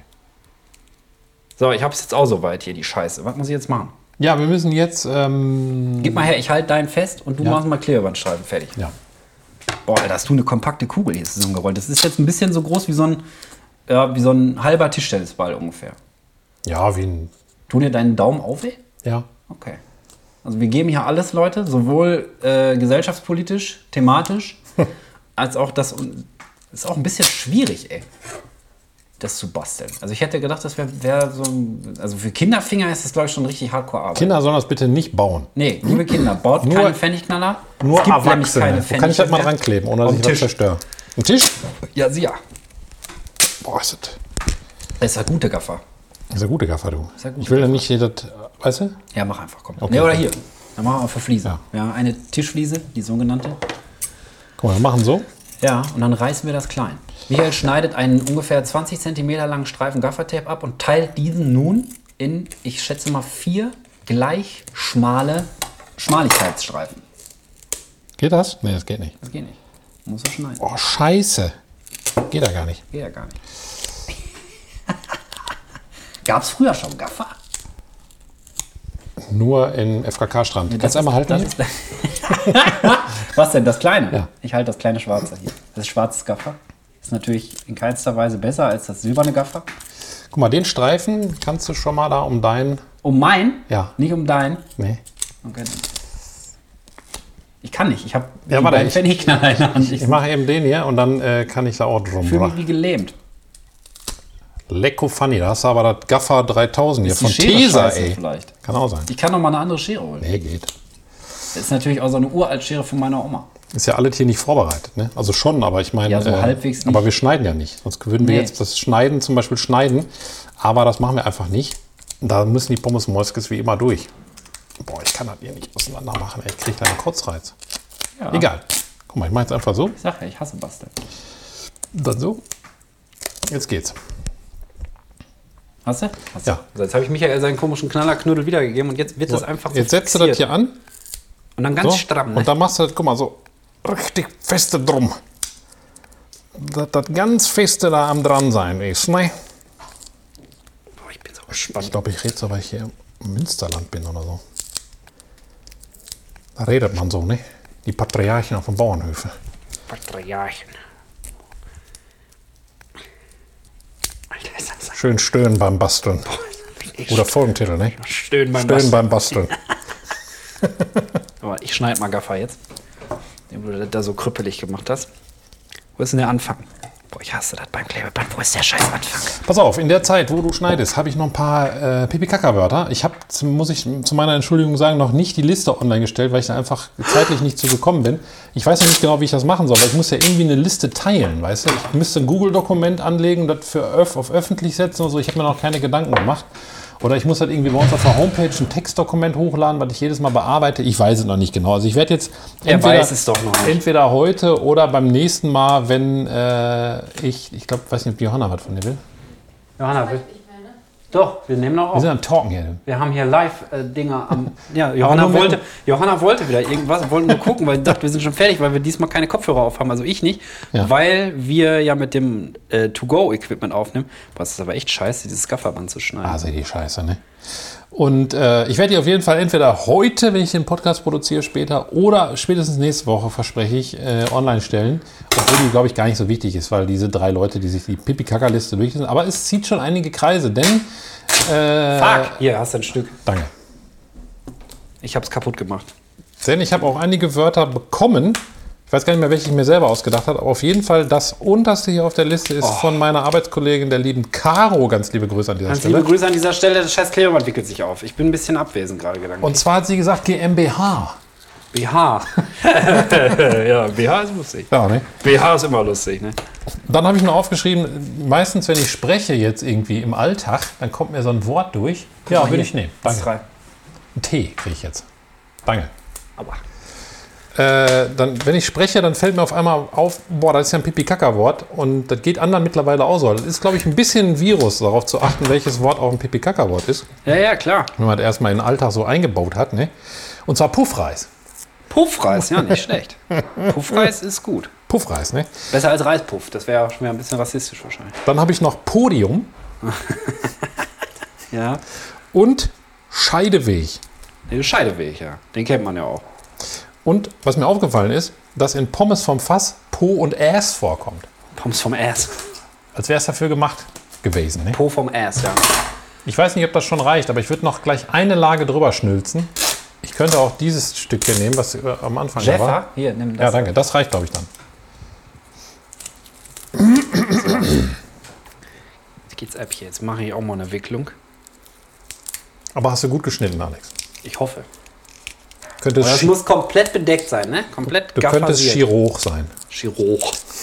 [SPEAKER 1] So, ich habe es jetzt auch soweit hier, die Scheiße. Was muss ich jetzt machen?
[SPEAKER 2] Ja, wir müssen jetzt.
[SPEAKER 1] Gib mal her, ich halte deinen fest und du
[SPEAKER 2] Ja.
[SPEAKER 1] machst mal Klebebandstreifen. Fertig.
[SPEAKER 2] Ja.
[SPEAKER 1] Boah, Alter, hast du eine kompakte Kugel hier zusammengerollt. Das ist jetzt ein bisschen so groß wie so ein halber Tischtennisball ungefähr.
[SPEAKER 2] Ja, wie ein.
[SPEAKER 1] Tun dir deinen Daumen auf weh?
[SPEAKER 2] Ja.
[SPEAKER 1] Okay. Also wir geben hier alles, Leute, sowohl gesellschaftspolitisch, thematisch, als auch das. Ist auch ein bisschen schwierig, ey, das zu basteln. Also ich hätte gedacht, das wäre so ein. Also für Kinderfinger ist das, glaube ich, schon richtig Hardcore-Arbeit.
[SPEAKER 2] Kinder sollen das bitte nicht bauen.
[SPEAKER 1] Nee, liebe Kinder, baut
[SPEAKER 2] Nur-
[SPEAKER 1] keine Pfennigknaller.
[SPEAKER 2] Nur
[SPEAKER 1] Es gibt nämlich
[SPEAKER 2] Erwachsene.
[SPEAKER 1] keine
[SPEAKER 2] Wo kann ich das mal
[SPEAKER 1] Pfennige
[SPEAKER 2] dran kleben, ohne
[SPEAKER 1] Auf
[SPEAKER 2] dass ich
[SPEAKER 1] den
[SPEAKER 2] was
[SPEAKER 1] Tisch.
[SPEAKER 2] zerstöre? Ein Tisch?
[SPEAKER 1] mehr. Ja, sicher.
[SPEAKER 2] Boah, ist das.
[SPEAKER 1] Das ist der gute Gaffer.
[SPEAKER 2] Das ist ein guter Gaffer, du.
[SPEAKER 1] ist ein guter
[SPEAKER 2] Ich will ja nicht, das, weißt du?
[SPEAKER 1] Ja, mach einfach, komm.
[SPEAKER 2] Okay,
[SPEAKER 1] Nee, oder
[SPEAKER 2] okay.
[SPEAKER 1] hier. Dann machen wir für Fliese.
[SPEAKER 2] Ja.
[SPEAKER 1] Wir haben eine Tischfliese, die sogenannte.
[SPEAKER 2] Guck mal, wir machen so.
[SPEAKER 1] Ja, und dann reißen wir das klein. Michael schneidet einen ungefähr 20 cm langen Streifen Gaffertape ab und teilt diesen nun in, ich schätze mal, 4 gleich schmale Schmaligkeitsstreifen.
[SPEAKER 2] Geht das? Nee, das geht nicht.
[SPEAKER 1] Das geht nicht. Muss er schneiden.
[SPEAKER 2] Oh, scheiße. Geht da gar nicht.
[SPEAKER 1] Geht ja gar nicht. Gab's früher schon Gaffer?
[SPEAKER 2] Nur im FKK-Strand. Kannst du einmal halten?
[SPEAKER 1] Das ist, was denn, das kleine?
[SPEAKER 2] Ja.
[SPEAKER 1] Ich halte das kleine schwarze hier. Das ist schwarzes Gaffer. Ist natürlich in keinster Weise besser als das silberne Gaffer.
[SPEAKER 2] Guck mal, den Streifen kannst du schon mal da um deinen.
[SPEAKER 1] Um mein?
[SPEAKER 2] Ja.
[SPEAKER 1] Nicht um dein?
[SPEAKER 2] Nee.
[SPEAKER 1] Okay. Ich kann nicht. Ich habe
[SPEAKER 2] Ja, warte,
[SPEAKER 1] beiden Pfennigknaller in der Hand.
[SPEAKER 2] Ich mache eben den hier und dann kann ich da auch drum
[SPEAKER 1] fühle mich
[SPEAKER 2] machen.
[SPEAKER 1] wie gelähmt.
[SPEAKER 2] Lecko funny, da hast du aber das Gaffer 3000 hier
[SPEAKER 1] Ist die
[SPEAKER 2] von
[SPEAKER 1] Schere
[SPEAKER 2] Tesa,
[SPEAKER 1] scheiße
[SPEAKER 2] ey.
[SPEAKER 1] vielleicht.
[SPEAKER 2] Kann auch sein.
[SPEAKER 1] Ich kann noch mal eine andere Schere holen.
[SPEAKER 2] Nee, geht.
[SPEAKER 1] Das ist natürlich auch so eine Uraltschere von meiner Oma.
[SPEAKER 2] Ist ja alles hier nicht vorbereitet, ne? Also schon, aber ich meine.
[SPEAKER 1] Ja, so halbwegs nicht.
[SPEAKER 2] Aber wir schneiden ja nicht. Sonst würden wir
[SPEAKER 1] Nee.
[SPEAKER 2] jetzt das Schneiden zum Beispiel schneiden. Aber das machen wir einfach nicht. Da müssen die Pommes Moskes wie immer durch. Boah, ich kann das hier nicht auseinander machen. Ey. Ich kriege da einen Kotzreiz. Ja. Egal. Guck mal, ich mache jetzt einfach so.
[SPEAKER 1] Ich sag ja, ich hasse Basteln.
[SPEAKER 2] Dann so. Jetzt geht's.
[SPEAKER 1] Hast du?
[SPEAKER 2] Ja.
[SPEAKER 1] Also jetzt habe ich Michael seinen komischen Knallerknüttel wiedergegeben und jetzt wird das einfach so
[SPEAKER 2] jetzt setzt du das hier an.
[SPEAKER 1] Und dann ganz stramm. Ne?
[SPEAKER 2] Und dann machst du das, guck mal, so richtig feste drum. Dass das ganz feste da am dran sein ist, ne?
[SPEAKER 1] Boah, ich bin so gespannt.
[SPEAKER 2] Ich glaube, ich rede so, weil ich hier im Münsterland bin oder so. Da redet man so, ne? Die Patriarchen auf den Bauernhöfen.
[SPEAKER 1] Patriarchen. Alter, ist das
[SPEAKER 2] Schön stöhnen beim Basteln. Oder Folgentitel, ne?
[SPEAKER 1] Stöhnen beim Basteln. Aber ich schneide mal Gaffer jetzt. Den du das da so krüppelig gemacht hast. Wo ist denn der Anfang? Boah, ich hasse das beim Klebeband. Wo ist der scheiß Anfang?
[SPEAKER 2] Pass auf, in der Zeit, wo du schneidest, habe ich noch ein paar Pipi-Kaka-Wörter. Ich habe, muss ich zu meiner Entschuldigung sagen, noch nicht die Liste online gestellt, weil ich da einfach zeitlich nicht zu gekommen bin. Ich weiß noch nicht genau, wie ich das machen soll, weil ich muss ja irgendwie eine Liste teilen, weißt du? Ich müsste ein Google-Dokument anlegen, das auf öffentlich setzen und so. Ich habe mir noch keine Gedanken gemacht. Oder ich muss halt irgendwie bei uns auf der Homepage ein Textdokument hochladen, was ich jedes Mal bearbeite. Ich weiß es noch nicht genau. Also ich werde jetzt entweder heute oder beim nächsten Mal, wenn ich glaube, weiß nicht, ob Johanna was von dir will.
[SPEAKER 1] Johanna will. Doch, wir nehmen noch auf.
[SPEAKER 2] Wir sind am Talken hier.
[SPEAKER 1] Wir haben hier Live-Dinger am. Ja, Johanna wollte wieder irgendwas, wollten nur gucken, weil ich dachte, wir sind schon fertig, weil wir diesmal keine Kopfhörer auf haben, also ich nicht. Ja. Weil wir ja mit dem To-Go-Equipment aufnehmen. Was ist aber echt scheiße, dieses Gafferband zu schneiden.
[SPEAKER 2] Also die Scheiße, ne? Und ich werde die auf jeden Fall entweder heute, wenn ich den Podcast produziere, später oder spätestens nächste Woche, verspreche ich, online stellen. Obwohl die, glaube ich, gar nicht so wichtig ist, weil diese 3 Leute, die sich die Pipi-Kaka-Liste durchlesen. Aber es zieht schon einige Kreise, denn...
[SPEAKER 1] Fuck! Hier, hast du ein Stück.
[SPEAKER 2] Danke.
[SPEAKER 1] Ich habe es kaputt gemacht.
[SPEAKER 2] Denn ich habe auch einige Wörter bekommen. Ich weiß gar nicht mehr, welche ich mir selber ausgedacht habe. Aber auf jeden Fall das unterste hier auf der Liste ist von meiner Arbeitskollegin, der lieben Caro. Ganz liebe Grüße an dieser Stelle.
[SPEAKER 1] Ganz liebe Grüße an dieser Stelle. Das scheiß Klebeband wickelt sich auf. Ich bin ein bisschen abwesend gerade gedanklich.
[SPEAKER 2] Und zwar hat sie gesagt GmbH.
[SPEAKER 1] BH. Ja, BH ist lustig.
[SPEAKER 2] Ja, ne?
[SPEAKER 1] BH ist immer lustig, ne?
[SPEAKER 2] Dann habe ich noch aufgeschrieben, meistens, wenn ich spreche jetzt irgendwie im Alltag, dann kommt mir so ein Wort durch. Ja, würde ich nehmen. Danke. Ein Tee kriege ich jetzt. Danke.
[SPEAKER 1] Aber...
[SPEAKER 2] dann, wenn ich spreche, dann fällt mir auf einmal auf, boah, das ist ja ein Pipi-Kaka-Wort und das geht anderen mittlerweile auch so. Das ist, glaube ich, ein bisschen ein Virus, darauf zu achten, welches Wort auch ein Pipi-Kaka-Wort ist.
[SPEAKER 1] Ja, klar.
[SPEAKER 2] Wenn man das erstmal in den Alltag so eingebaut hat, ne? Und zwar Puffreis.
[SPEAKER 1] Puffreis, ja, nicht schlecht. Puffreis ist gut.
[SPEAKER 2] Puffreis, ne?
[SPEAKER 1] Besser als Reispuff, das wäre schon wieder ein bisschen rassistisch wahrscheinlich.
[SPEAKER 2] Dann habe ich noch Podium.
[SPEAKER 1] Ja.
[SPEAKER 2] Und Scheideweg.
[SPEAKER 1] Den Scheideweg, ja. Den kennt man ja auch.
[SPEAKER 2] Und was mir aufgefallen ist, dass in Pommes vom Fass Po und Ass vorkommt.
[SPEAKER 1] Pommes vom Ass.
[SPEAKER 2] Als wäre es dafür gemacht gewesen. Ne?
[SPEAKER 1] Po vom Ass, ja.
[SPEAKER 2] Ich weiß nicht, ob das schon reicht, aber ich würde noch gleich eine Lage drüber schnülzen. Ich könnte auch dieses Stück hier nehmen, was am Anfang
[SPEAKER 1] Jeffer?
[SPEAKER 2] war.
[SPEAKER 1] Hier, nimm das.
[SPEAKER 2] Ja, danke. Das reicht, glaube ich, dann.
[SPEAKER 1] So. Jetzt geht's ab hier. Jetzt mache ich auch mal eine Wicklung.
[SPEAKER 2] Aber hast du gut geschnitten, Alex?
[SPEAKER 1] Ich hoffe.
[SPEAKER 2] Das
[SPEAKER 1] muss komplett bedeckt sein, ne? Komplett
[SPEAKER 2] Du könntest Chirurg sein.
[SPEAKER 1] Chirurg.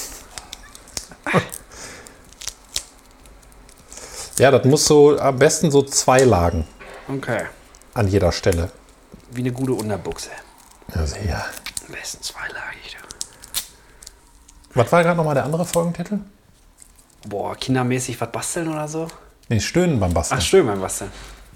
[SPEAKER 2] Ja, das muss so am besten so 2 Lagen.
[SPEAKER 1] Okay.
[SPEAKER 2] An jeder Stelle.
[SPEAKER 1] Wie eine gute Unterbuchse.
[SPEAKER 2] Ja, sehr.
[SPEAKER 1] Am besten 2-lagig.
[SPEAKER 2] Was war gerade nochmal der andere Folgentitel?
[SPEAKER 1] Boah, kindermäßig was basteln oder so?
[SPEAKER 2] Nee, Stöhnen beim Basteln.
[SPEAKER 1] Ach, Stöhnen beim Basteln.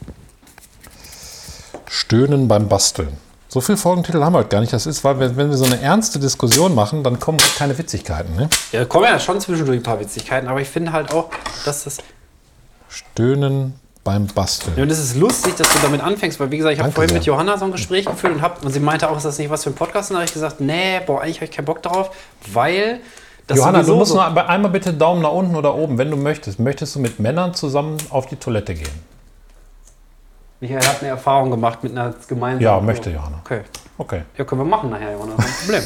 [SPEAKER 2] Stöhnen beim Basteln. So viele Folgentitel haben wir heute gar nicht. Das ist, weil wenn wir so eine ernste Diskussion machen, dann kommen keine Witzigkeiten. Ne?
[SPEAKER 1] Ja, kommen ja schon zwischendurch ein paar Witzigkeiten, aber ich finde halt auch, dass das...
[SPEAKER 2] Stöhnen beim Basteln.
[SPEAKER 1] Ja, und es ist lustig, dass du damit anfängst, weil wie gesagt, ich habe vorhin mit Johanna so ein Gespräch geführt und sie meinte auch, ist das nicht was für ein Podcast? Und da habe ich gesagt, nee, boah, eigentlich habe ich keinen Bock drauf, weil...
[SPEAKER 2] Johanna, du musst nur einmal bitte Daumen nach unten oder oben, wenn du möchtest. Möchtest du mit Männern zusammen auf die Toilette gehen?
[SPEAKER 1] Michael hat eine Erfahrung gemacht mit einer gemeinsamen...
[SPEAKER 2] Ja, möchte Johanna.
[SPEAKER 1] Okay. Ja, können wir machen nachher, Johanna. Kein Problem.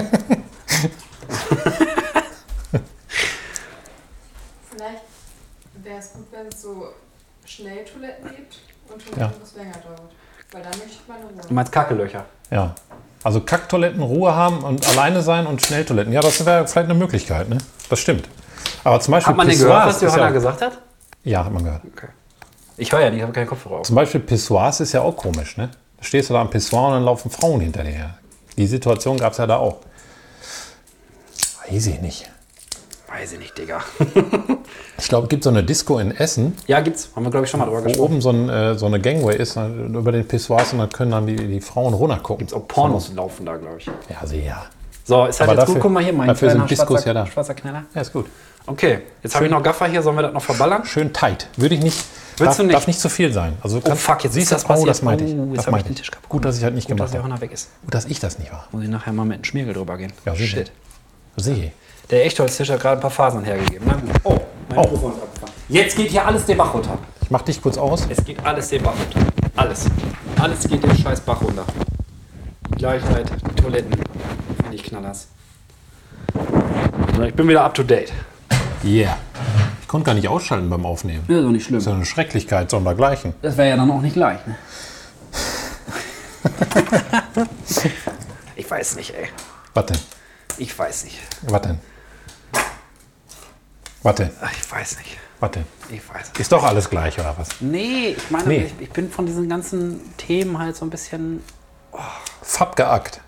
[SPEAKER 3] Vielleicht wäre es gut, wenn es so Schnelltoiletten gibt und Toiletten, was länger dauert. Weil dann möchte man eine Ruhe.
[SPEAKER 1] Du meinst Kackelöcher?
[SPEAKER 2] Ja. Also Kacktoiletten, Ruhe haben und alleine sein und Schnelltoiletten. Ja, das wäre vielleicht eine Möglichkeit, ne? Das stimmt. Aber zum Beispiel
[SPEAKER 1] hat man denn gehört, was Johanna gesagt hat?
[SPEAKER 2] Ja, hat man gehört.
[SPEAKER 1] Okay. Ich höre ja nicht, ich habe keinen Kopfhörer auf.
[SPEAKER 2] Zum Beispiel Pissoirs ist ja auch komisch, ne? Da stehst du da am Pissoir und dann laufen Frauen hinter dir her. Die Situation gab es ja da auch. Weiß ich nicht.
[SPEAKER 1] Weiß ich nicht, Digga.
[SPEAKER 2] Ich glaube, es gibt so eine Disco in Essen,
[SPEAKER 1] Ja, gibt's. Haben wir, glaube ich, schon mal drüber
[SPEAKER 2] wo
[SPEAKER 1] gesprochen.
[SPEAKER 2] oben so eine Gangway ist, über den Pissoirs und dann können dann die Frauen runtergucken.
[SPEAKER 1] Gibt's auch Pornos laufen da, glaube ich.
[SPEAKER 2] Ja, sehr.
[SPEAKER 1] So, ist halt
[SPEAKER 2] Aber
[SPEAKER 1] jetzt
[SPEAKER 2] dafür-
[SPEAKER 1] gut. Guck mal hier, mein
[SPEAKER 2] dafür sind
[SPEAKER 1] kleiner
[SPEAKER 2] Diskos
[SPEAKER 1] schwarzer,
[SPEAKER 2] ja da.
[SPEAKER 1] schwarzer Knaller.
[SPEAKER 2] Ja, ist gut.
[SPEAKER 1] Okay, jetzt habe ich noch Gaffer hier. Sollen wir das noch verballern?
[SPEAKER 2] Schön tight. Würde ich nicht.
[SPEAKER 1] Willst du nicht?
[SPEAKER 2] Darf nicht zu viel sein. Also
[SPEAKER 1] Oh, fuck, jetzt
[SPEAKER 2] siehst
[SPEAKER 1] ist das
[SPEAKER 2] du,
[SPEAKER 1] passiert.
[SPEAKER 2] das meinte ich.
[SPEAKER 1] Oh, jetzt
[SPEAKER 2] Das
[SPEAKER 1] hab ich
[SPEAKER 2] meinte
[SPEAKER 1] den
[SPEAKER 2] ich.
[SPEAKER 1] Tisch kaputt
[SPEAKER 2] Gut, dass ich halt nicht
[SPEAKER 1] Gut,
[SPEAKER 2] gemacht
[SPEAKER 1] dass der
[SPEAKER 2] habe.
[SPEAKER 1] Honor weg ist.
[SPEAKER 2] Gut, dass ich das nicht war.
[SPEAKER 1] Muss ich nachher mal mit dem Schmiergel drüber gehen.
[SPEAKER 2] Ja, sicher.
[SPEAKER 1] Shit.
[SPEAKER 2] Sehe.
[SPEAKER 1] Der Echtholztisch hat gerade ein paar Fasern hergegeben. Na gut. Oh, mein Mikrofon ist abgefahren. Jetzt geht hier alles den Bach runter.
[SPEAKER 2] Ich mach dich kurz aus.
[SPEAKER 1] Es geht alles den Bach runter. Alles. Alles geht den scheiß Bach runter. Gleichheit, Toiletten. Finde ich knallers. So, ich bin wieder up to date.
[SPEAKER 2] Yeah. Ich konnte gar nicht ausschalten beim Aufnehmen.
[SPEAKER 1] Ja, doch nicht schlimm.
[SPEAKER 2] Das ist ja eine Schrecklichkeit, sondergleichen.
[SPEAKER 1] Das wäre ja dann auch nicht gleich, ne? Ich weiß nicht, ey.
[SPEAKER 2] Was denn?
[SPEAKER 1] Ich weiß nicht.
[SPEAKER 2] Was denn? Was denn?
[SPEAKER 1] Ach, ich weiß nicht.
[SPEAKER 2] Was denn?
[SPEAKER 1] Ich weiß nicht.
[SPEAKER 2] Ist doch alles gleich, oder was?
[SPEAKER 1] Nee, ich meine,
[SPEAKER 2] Nee.
[SPEAKER 1] ich bin von diesen ganzen Themen halt so ein bisschen,
[SPEAKER 2] Fabgeackt.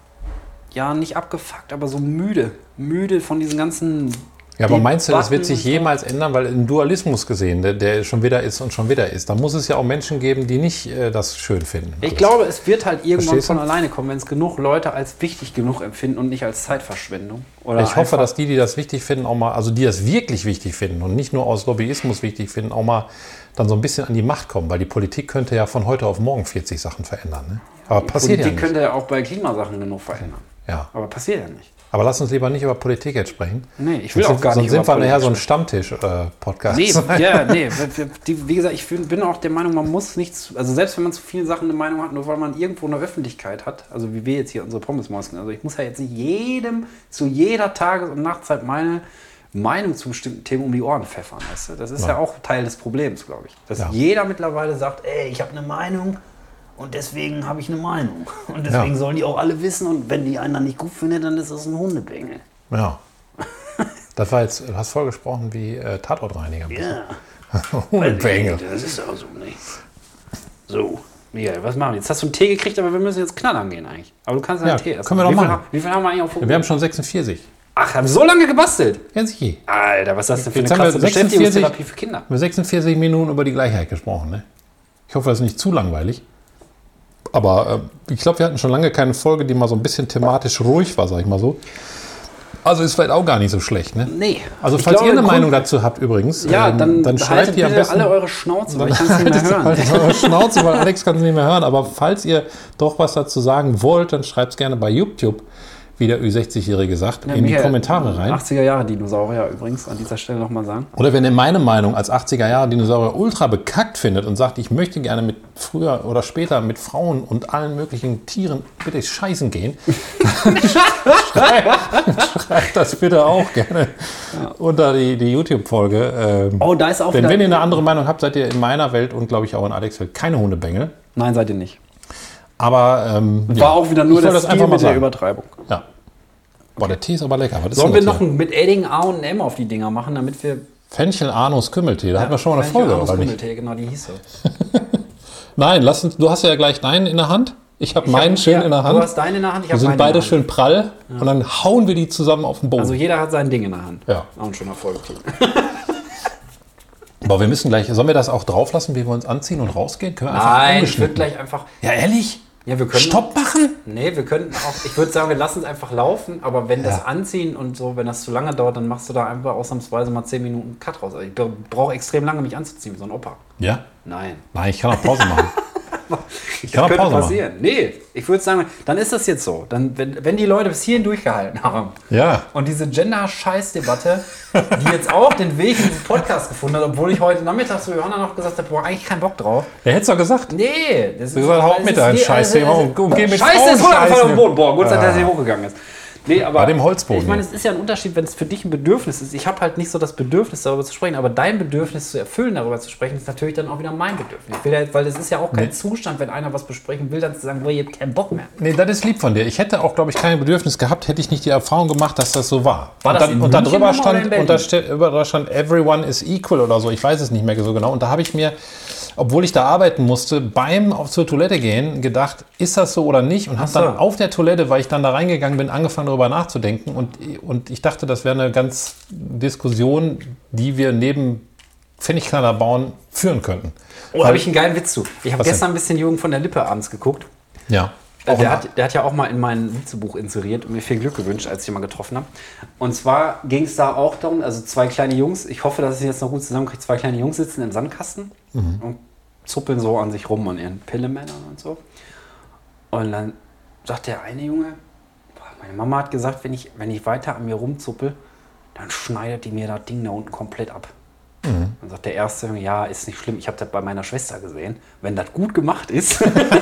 [SPEAKER 1] ja, nicht abgefuckt, aber so müde. Müde von diesen ganzen.
[SPEAKER 2] Ja, aber meinst du, das wird sich
[SPEAKER 1] Debatten und so?
[SPEAKER 2] jemals ändern? Weil im Dualismus gesehen, der schon wieder ist und schon wieder ist, da muss es ja auch Menschen geben, die nicht das schön finden.
[SPEAKER 1] Ich glaube, es wird halt irgendwann
[SPEAKER 2] Verstehst du?
[SPEAKER 1] von alleine kommen, wenn es genug Leute als wichtig genug empfinden und nicht als Zeitverschwendung. Oder
[SPEAKER 2] Ich hoffe,
[SPEAKER 1] einfach-
[SPEAKER 2] dass die das wichtig finden, auch mal, also die das wirklich wichtig finden und nicht nur aus Lobbyismus wichtig finden, auch mal dann so ein bisschen an die Macht kommen, weil die Politik könnte ja von heute auf morgen 40 Sachen verändern. Ne? Aber passiert ja
[SPEAKER 1] Politik
[SPEAKER 2] nicht.
[SPEAKER 1] könnte ja auch bei Klimasachen genug verändern.
[SPEAKER 2] Ja.
[SPEAKER 1] Aber passiert ja nicht.
[SPEAKER 2] Aber lass uns lieber nicht über Politik jetzt sprechen.
[SPEAKER 1] Nee, ich will auch gar
[SPEAKER 2] Sonst
[SPEAKER 1] nicht
[SPEAKER 2] sind
[SPEAKER 1] über
[SPEAKER 2] wir nachher so ein
[SPEAKER 1] Politik
[SPEAKER 2] Stammtisch-Podcast.
[SPEAKER 1] Nee, ja, nee. Wie gesagt, ich bin auch der Meinung, man muss nichts, also selbst wenn man zu vielen Sachen eine Meinung hat, nur weil man irgendwo eine Öffentlichkeit hat, also wie wir jetzt hier unsere Pommesmasken, also ich muss ja jetzt nicht jedem zu jeder Tages- und Nachtzeit meine Meinung zu bestimmten Themen um die Ohren pfeffern, weißt du? Das ist ja auch Teil des Problems, glaube ich. Dass
[SPEAKER 2] Ja.
[SPEAKER 1] jeder mittlerweile sagt, ey, ich habe eine Meinung und deswegen habe ich eine Meinung. Und deswegen
[SPEAKER 2] Ja.
[SPEAKER 1] sollen die auch alle wissen und wenn die einen dann nicht gut findet, dann ist das ein Hundebengel.
[SPEAKER 2] Ja. Das war jetzt, du hast voll gesprochen wie Tatortreiniger.
[SPEAKER 1] Ja.
[SPEAKER 2] Hundebengel.
[SPEAKER 1] Das ist auch so nicht. So, Michael, was machen wir jetzt? Hast du einen Tee gekriegt, aber wir müssen jetzt knallern gehen eigentlich. Aber du kannst ja
[SPEAKER 2] Ja,
[SPEAKER 1] einen Tee essen.
[SPEAKER 2] können wir doch
[SPEAKER 1] Wie viel
[SPEAKER 2] machen.
[SPEAKER 1] Wie viel haben wir eigentlich auf
[SPEAKER 2] Wir haben schon 46.
[SPEAKER 1] Ach, haben wir so lange gebastelt?
[SPEAKER 2] Ja, sicher.
[SPEAKER 1] Alter, was ist das denn für
[SPEAKER 2] Jetzt
[SPEAKER 1] eine
[SPEAKER 2] haben wir
[SPEAKER 1] krasse
[SPEAKER 2] 46
[SPEAKER 1] Beschäftigungstherapie für Kinder?
[SPEAKER 2] Wir haben 46 Minuten über die Gleichheit gesprochen. Ne? Ich hoffe, das ist nicht zu langweilig. Aber ich glaube, wir hatten schon lange keine Folge, die mal so ein bisschen thematisch ruhig war, sag ich mal so. Also ist vielleicht auch gar nicht so schlecht. Ne?
[SPEAKER 1] Nee.
[SPEAKER 2] Also
[SPEAKER 1] Ich
[SPEAKER 2] falls
[SPEAKER 1] glaube,
[SPEAKER 2] ihr eine
[SPEAKER 1] Grund-
[SPEAKER 2] Meinung dazu habt übrigens,
[SPEAKER 1] Ja, dann
[SPEAKER 2] schreibt
[SPEAKER 1] haltet
[SPEAKER 2] ihr am
[SPEAKER 1] bitte
[SPEAKER 2] besten...
[SPEAKER 1] alle eure Schnauze, weil ich kann es nicht mehr hören.
[SPEAKER 2] Haltet eure Schnauze, weil Alex kann es nicht mehr hören. Aber falls ihr doch was dazu sagen wollt, dann schreibt es gerne bei YouTube, wie der Ü60-Jährige sagt, in die
[SPEAKER 1] Michael,
[SPEAKER 2] Kommentare rein.
[SPEAKER 1] 80er Jahre Dinosaurier übrigens, an dieser Stelle nochmal sagen.
[SPEAKER 2] Oder wenn ihr meine Meinung als 80er-Jahre-Dinosaurier ultra bekackt findet und sagt, ich möchte gerne mit früher oder später mit Frauen und allen möglichen Tieren bitte scheißen gehen, schreibt das bitte auch gerne unter die YouTube-Folge.
[SPEAKER 1] Oh, da ist auch
[SPEAKER 2] Denn
[SPEAKER 1] wieder...
[SPEAKER 2] wenn ihr eine andere Meinung habt, seid ihr in meiner Welt und glaube ich auch in Alex' Welt keine Hundebengel.
[SPEAKER 1] Nein, seid ihr nicht.
[SPEAKER 2] Aber
[SPEAKER 1] War auch wieder nur
[SPEAKER 2] ich wollte
[SPEAKER 1] das
[SPEAKER 2] das einfach
[SPEAKER 1] Stil
[SPEAKER 2] mal
[SPEAKER 1] mit der
[SPEAKER 2] sagen.
[SPEAKER 1] Übertreibung.
[SPEAKER 2] Ja. Boah, der Tee ist aber lecker. Was ist
[SPEAKER 1] Sollen wir
[SPEAKER 2] denn das
[SPEAKER 1] noch
[SPEAKER 2] hier?
[SPEAKER 1] mit Edding A und M auf die Dinger machen, damit wir...
[SPEAKER 2] Fenchel Anus Kümmeltee, da hatten wir schon mal eine
[SPEAKER 1] Fenchel
[SPEAKER 2] Folge,
[SPEAKER 1] Anus
[SPEAKER 2] oder nicht?
[SPEAKER 1] Kümmeltee, genau, die hieß so.
[SPEAKER 2] Nein, lass uns, du hast ja gleich deinen in der Hand. Ich habe meinen schön in der
[SPEAKER 1] Du
[SPEAKER 2] Hand.
[SPEAKER 1] hast deinen in der Hand, ich
[SPEAKER 2] Wir
[SPEAKER 1] habe
[SPEAKER 2] sind
[SPEAKER 1] meinen
[SPEAKER 2] beide
[SPEAKER 1] in der Hand.
[SPEAKER 2] schön prall und dann hauen wir die zusammen auf den Boden.
[SPEAKER 1] Also jeder hat sein Ding in der Hand.
[SPEAKER 2] Ja.
[SPEAKER 1] Auch ein schöner Folgetitel.
[SPEAKER 2] Aber wir müssen gleich, sollen wir das auch drauf lassen, wie wir uns anziehen und rausgehen? Können wir einfach
[SPEAKER 1] Nein, ich würde
[SPEAKER 2] ungeschnitten?
[SPEAKER 1] gleich einfach...
[SPEAKER 2] Ja, ehrlich?
[SPEAKER 1] Ja, wir können...
[SPEAKER 2] Stopp machen?
[SPEAKER 1] Nee, wir könnten auch... Ich würde sagen, wir lassen es einfach laufen, aber wenn das Anziehen und so, wenn das zu lange dauert, dann machst du da einfach ausnahmsweise mal 10 Minuten Cut raus. Also ich brauche extrem lange, mich anzuziehen, wie so ein Opa.
[SPEAKER 2] Ja?
[SPEAKER 1] Nein.
[SPEAKER 2] Nein, ich kann auch Pause machen. Ich kann
[SPEAKER 1] Das
[SPEAKER 2] auch
[SPEAKER 1] könnte
[SPEAKER 2] Pause machen.
[SPEAKER 1] passieren. Nee, ich würde sagen, dann ist das jetzt so. Dann, wenn die Leute bis hierhin durchgehalten haben
[SPEAKER 2] Ja.
[SPEAKER 1] und diese Gender-Scheiß-Debatte, die jetzt auch den Weg in diesen Podcast gefunden hat, obwohl ich heute Nachmittag zu Johanna noch gesagt habe, boah, eigentlich keinen Bock drauf.
[SPEAKER 2] Wer hätte es doch gesagt?
[SPEAKER 1] Nee, das
[SPEAKER 2] Du gesagt, hau mit deinem Scheißthema und geh mit
[SPEAKER 1] Scheiße,
[SPEAKER 2] Frauen
[SPEAKER 1] ist voll
[SPEAKER 2] scheißen.
[SPEAKER 1] auf dem Boden. Boah, gut, dass
[SPEAKER 2] Ah.
[SPEAKER 1] der hier hochgegangen ist. Nee, aber
[SPEAKER 2] bei dem Holzboden.
[SPEAKER 1] Ich meine, es ist ja ein Unterschied, wenn es für dich ein Bedürfnis ist. Ich habe halt nicht so das Bedürfnis, darüber zu sprechen, aber dein Bedürfnis zu erfüllen, darüber zu sprechen, ist natürlich dann auch wieder mein Bedürfnis. Weil es ist ja auch kein Zustand, wenn einer was besprechen will, dann zu sagen, ihr habt keinen Bock mehr.
[SPEAKER 2] Nee, das ist lieb von dir. Ich hätte auch, glaube ich, kein Bedürfnis gehabt, hätte ich nicht die Erfahrung gemacht, dass das so war. Und da drüber stand, everyone is equal oder so. Ich weiß es nicht mehr so genau. Und da habe ich mir, obwohl ich da arbeiten musste, beim zur Toilette gehen gedacht, ist das so oder nicht? Und habe dann auf der Toilette, weil ich dann da reingegangen bin, angefangen darüber nachzudenken. Und ich dachte, das wäre eine ganz Diskussion, die wir neben Pfennigknaller bauen führen könnten.
[SPEAKER 1] Oh, habe ich einen geilen Witz zu. Ich habe gestern ein bisschen Jürgen von der Lippe abends geguckt.
[SPEAKER 2] Ja.
[SPEAKER 1] Der hat ja auch mal in mein Witzebuch inseriert und mir viel Glück gewünscht, als ich ihn mal getroffen habe. Und zwar ging es da auch darum, also zwei kleine Jungs, ich hoffe, dass ich jetzt noch gut zusammenkriege, zwei kleine Jungs sitzen im Sandkasten und zuppeln so an sich rum an ihren Pillemännern und so. Und dann sagt der eine Junge, meine Mama hat gesagt, wenn ich weiter an mir rumzuppel, dann schneidet die mir das Ding da unten komplett ab. Dann sagt der erste, ja, ist nicht schlimm, ich habe das bei meiner Schwester gesehen. Wenn das gut gemacht ist.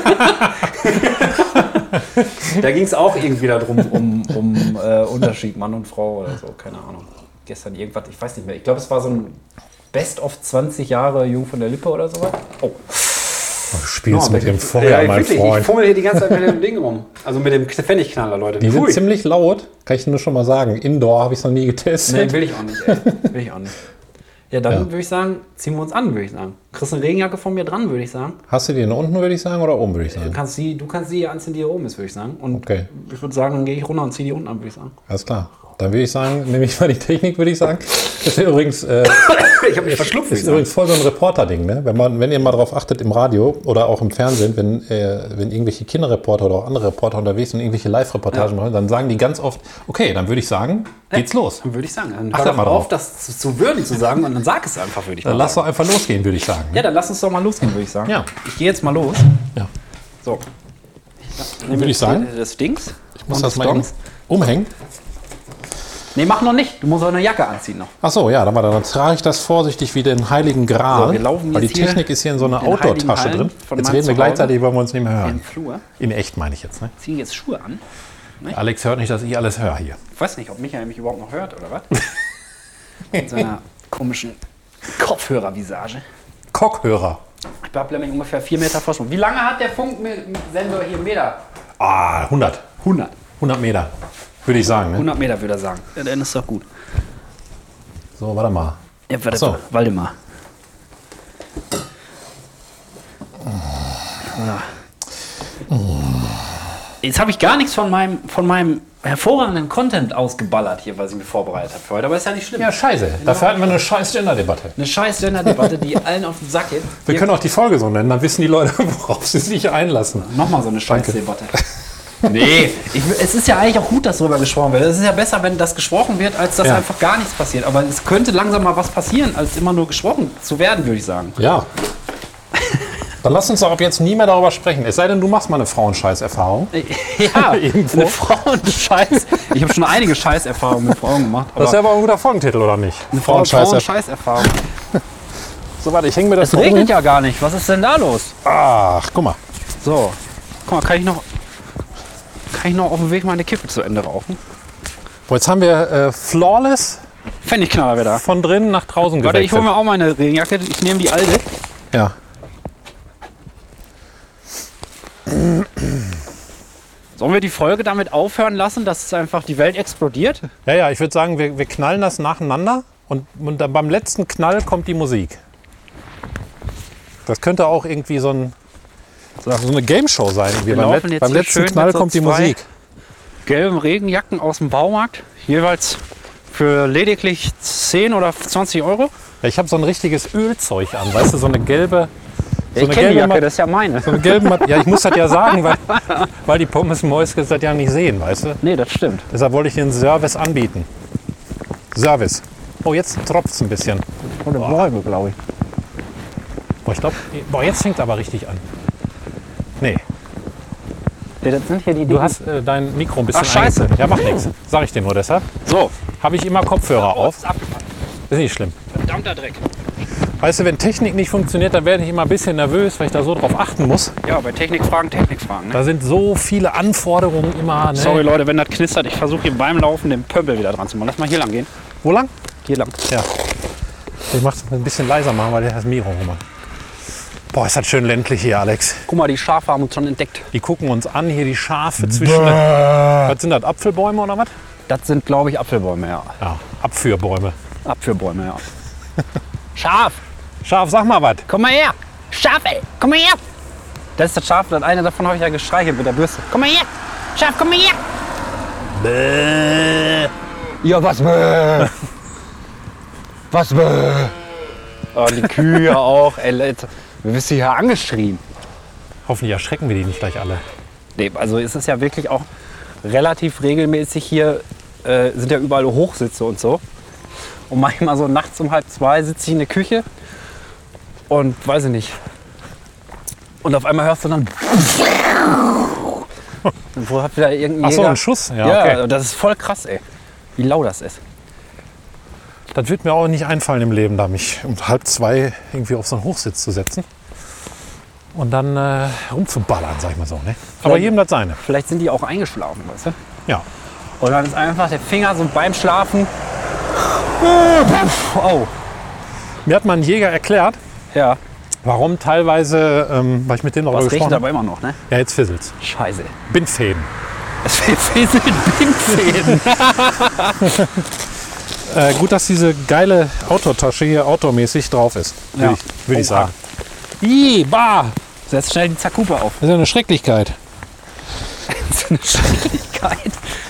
[SPEAKER 1] Da ging es auch irgendwie darum, um Unterschied Mann und Frau oder so, keine Ahnung. Gestern irgendwas, ich weiß nicht mehr. Ich glaube, es war so ein Best of 20 Jahre Jung von der Lippe oder sowas. Oh.
[SPEAKER 2] Du spielst mit dem Feuer, mein Freund.
[SPEAKER 1] Ich fummel hier die ganze Zeit mit dem Ding rum. Also mit dem Pfennigknaller, Leute.
[SPEAKER 2] Die sind ziemlich laut, kann ich nur schon mal sagen. Indoor habe ich es noch nie getestet.
[SPEAKER 1] Nee, will ich auch nicht, ey. Will ich auch nicht. Ja, dann würde ich sagen, ziehen wir uns an, würde ich sagen. Kriegst eine Regenjacke von mir dran, würde ich sagen.
[SPEAKER 2] Hast du die nach unten, würde ich sagen, oder oben, würde ich sagen?
[SPEAKER 1] Du kannst die hier anziehen, die hier oben ist, würde ich sagen. Und
[SPEAKER 2] okay.
[SPEAKER 1] Ich würde sagen, dann gehe ich runter und ziehe die unten an, würde ich sagen.
[SPEAKER 2] Alles klar. Dann würde ich sagen, nehme ich mal die Technik, würde ich sagen. Das ist übrigens,
[SPEAKER 1] ich habe mich verschlupft.
[SPEAKER 2] Das ist übrigens voll so ein Reporter-Ding, ne? Wenn ihr mal darauf achtet im Radio oder auch im Fernsehen, wenn irgendwelche Kinderreporter oder auch andere Reporter unterwegs sind und irgendwelche Live-Reportagen machen, dann sagen die ganz oft, okay, dann würde ich sagen, geht's los.
[SPEAKER 1] Dann würde ich sagen, dann
[SPEAKER 2] hör mal
[SPEAKER 1] auf, das zu würden zu sagen und dann sag es einfach, würde ich
[SPEAKER 2] sagen. Dann lass doch einfach losgehen, würde ich sagen.
[SPEAKER 1] Ja, dann lass uns doch mal losgehen, würde ich sagen.
[SPEAKER 2] Ja.
[SPEAKER 1] Ich gehe jetzt mal los.
[SPEAKER 2] Ja.
[SPEAKER 1] So.
[SPEAKER 2] Dann würde ich sagen,
[SPEAKER 1] das Dings.
[SPEAKER 2] Ich muss das mal eben umhängen.
[SPEAKER 1] Nee, mach noch nicht. Du musst auch eine Jacke anziehen noch.
[SPEAKER 2] Ach so, ja, dann trage ich das vorsichtig wie den Heiligen Gral. So, wir laufen jetzt, weil die Technik ist hier in so einer Outdoor-Tasche drin. Jetzt reden wir gleichzeitig, wollen wir uns nicht mehr hören.
[SPEAKER 1] Im Flur.
[SPEAKER 2] In echt meine ich jetzt, ne?
[SPEAKER 1] Ziehen jetzt Schuhe an.
[SPEAKER 2] Ne? Alex hört nicht, dass ich alles höre hier.
[SPEAKER 1] Ich weiß nicht, ob Michael mich überhaupt noch hört, oder was? Mit seiner komischen Kopfhörervisage.
[SPEAKER 2] Kopfhörer.
[SPEAKER 1] Ich habe nämlich ungefähr 4 Meter Vorsprung. Wie lange hat der Funksender hier Meter?
[SPEAKER 2] 100. 100 Meter. Würde ich sagen, ne?
[SPEAKER 1] 100 Meter würde er sagen. Ja, dann ist doch gut.
[SPEAKER 2] So, warte mal.
[SPEAKER 1] Ja, Waldemar. Jetzt habe ich gar nichts von meinem hervorragenden Content ausgeballert hier, was ich mir vorbereitet habe für heute. Aber ist ja nicht schlimm.
[SPEAKER 2] Ja, scheiße. Dafür hatten wir eine scheiß Gender-Debatte.
[SPEAKER 1] Eine scheiß Gender-Debatte, die allen auf den Sack geht.
[SPEAKER 2] Wir können auch die Folge so nennen, dann wissen die Leute, worauf sie sich einlassen.
[SPEAKER 1] Nochmal so eine Scheiß-Debatte. Nee, es ist ja eigentlich auch gut, dass darüber gesprochen wird. Es ist ja besser, wenn das gesprochen wird, als dass einfach gar nichts passiert. Aber es könnte langsam mal was passieren, als immer nur gesprochen zu werden, würde ich sagen.
[SPEAKER 2] Ja. Dann lass uns doch ab jetzt nie mehr darüber sprechen. Es sei denn, du machst mal eine Frauenscheiß-Erfahrung.
[SPEAKER 1] Ja, eine Frauenscheiß. Ich habe schon einige Scheißerfahrungen mit Frauen gemacht.
[SPEAKER 2] Das ist ja aber ein guter Folgentitel, oder nicht?
[SPEAKER 1] Eine Frauenscheißerfahrung.
[SPEAKER 2] So, warte, ich hänge mir das
[SPEAKER 1] Es regnet ja gar nicht. Was ist denn da los?
[SPEAKER 2] Ach, guck mal.
[SPEAKER 1] So, guck mal, kann ich noch auf dem Weg meine Kippe zu Ende rauchen?
[SPEAKER 2] Boah, jetzt haben wir Flawless
[SPEAKER 1] Pfennigknaller wieder.
[SPEAKER 2] Von drinnen nach draußen gewechselt.
[SPEAKER 1] Warte, ich hole mir auch meine Regenjacke. Ich nehme die alte.
[SPEAKER 2] Ja.
[SPEAKER 1] Sollen wir die Folge damit aufhören lassen, dass es einfach die Welt explodiert?
[SPEAKER 2] Ja, ich würde sagen, wir knallen das nacheinander und dann beim letzten Knall kommt die Musik. Das könnte auch irgendwie so eine Game-Show sein. Beim letzten Knall kommt die Musik.
[SPEAKER 1] Gelben Regenjacken aus dem Baumarkt, jeweils für lediglich 10 oder 20 Euro.
[SPEAKER 2] Ja, ich habe so ein richtiges Ölzeug an, weißt du, so eine gelbe...
[SPEAKER 1] Ich kenne die Jacke, das ist ja meine.
[SPEAKER 2] So eine gelbe ja, ich muss das ja sagen, weil die Pommes-Mäuske das ja nicht sehen, weißt du?
[SPEAKER 1] Nee, das stimmt.
[SPEAKER 2] Deshalb wollte ich den Service anbieten. Service. Oh, jetzt tropft es ein bisschen.
[SPEAKER 1] Oder Bäume, glaube ich.
[SPEAKER 2] Ich glaube, jetzt fängt es aber richtig an. Nee.
[SPEAKER 1] Ja, das sind hier die
[SPEAKER 2] Du hast dein Mikro ein bisschen.
[SPEAKER 1] Ach, scheiße.
[SPEAKER 2] Ja, macht nichts. Sag ich dir nur deshalb.
[SPEAKER 1] So.
[SPEAKER 2] Habe ich immer Kopfhörer auf.
[SPEAKER 1] Ist abgefallen.
[SPEAKER 2] Ist nicht schlimm.
[SPEAKER 1] Verdammter Dreck.
[SPEAKER 2] Weißt du, wenn Technik nicht funktioniert, dann werde ich immer ein bisschen nervös, weil ich da so drauf achten muss.
[SPEAKER 1] Ja, bei Technikfragen. Ne?
[SPEAKER 2] Da sind so viele Anforderungen immer. Ne?
[SPEAKER 1] Sorry Leute, wenn das knistert, ich versuche hier beim Laufen den Pömpel wieder dran zu machen. Lass mal hier lang gehen.
[SPEAKER 2] Wo lang?
[SPEAKER 1] Hier lang.
[SPEAKER 2] Ja. Ich mache es ein bisschen leiser machen, weil der das Mikro rummacht. Boah, ist das schön ländlich hier, Alex.
[SPEAKER 1] Guck mal, die Schafe haben uns schon entdeckt.
[SPEAKER 2] Die gucken uns an, hier die Schafe zwischen. Was sind das, Apfelbäume oder was?
[SPEAKER 1] Das sind, glaube ich, Apfelbäume, ja.
[SPEAKER 2] Ja, Abführbäume.
[SPEAKER 1] Apfelbäume, ja. Schaf!
[SPEAKER 2] Schaf, sag mal was.
[SPEAKER 1] Komm mal her! Schaf, ey! Komm mal her! Das ist das Schaf, das eine davon habe ich ja gestreichelt mit der Bürste. Komm mal her! Schaf, komm mal her! Bäh. Ja, was bäh? Was bäh? Oh, die Kühe auch. Ey, Leute, wir wirst hier angeschrien.
[SPEAKER 2] Hoffentlich erschrecken wir die nicht gleich alle.
[SPEAKER 1] Nee, also ist es ja wirklich auch relativ regelmäßig hier, sind ja überall Hochsitze und so. Und manchmal so nachts um 1:30 sitze ich in der Küche und weiß ich nicht. Und auf einmal hörst du dann. Und wo hat wieder irgendein
[SPEAKER 2] Ach so,
[SPEAKER 1] Jäger.
[SPEAKER 2] ein Schuss? Ja,
[SPEAKER 1] Ja,
[SPEAKER 2] okay.
[SPEAKER 1] das ist voll krass, ey. Wie laut das ist.
[SPEAKER 2] Das wird mir auch nicht einfallen im Leben, da mich um 1:30 irgendwie auf so einen Hochsitz zu setzen. Und dann rumzuballern, sag ich mal so. Ne? Aber jedem das seine.
[SPEAKER 1] Vielleicht sind die auch eingeschlafen, weißt du?
[SPEAKER 2] Ja.
[SPEAKER 1] Und dann ist einfach der Finger so beim Schlafen. Oh,
[SPEAKER 2] Mir hat mal ein Jäger erklärt,
[SPEAKER 1] ja.
[SPEAKER 2] warum teilweise, weil ich mit dem darüber
[SPEAKER 1] Was
[SPEAKER 2] gesprochen
[SPEAKER 1] regnet
[SPEAKER 2] habe.
[SPEAKER 1] aber immer noch, ne?
[SPEAKER 2] Ja, jetzt fisselt's.
[SPEAKER 1] Scheiße.
[SPEAKER 2] Bindfäden.
[SPEAKER 1] Es fehlen Bindfäden.
[SPEAKER 2] Gut, dass diese geile Outdoor-Tasche hier outdoormäßig drauf ist,
[SPEAKER 1] Ja.
[SPEAKER 2] würd ich
[SPEAKER 1] Oha.
[SPEAKER 2] sagen. Ih, bah!
[SPEAKER 1] Setz schnell die Zakupe auf.
[SPEAKER 2] Das ist ja eine Schrecklichkeit.
[SPEAKER 1] Das ist eine Schwierigkeit.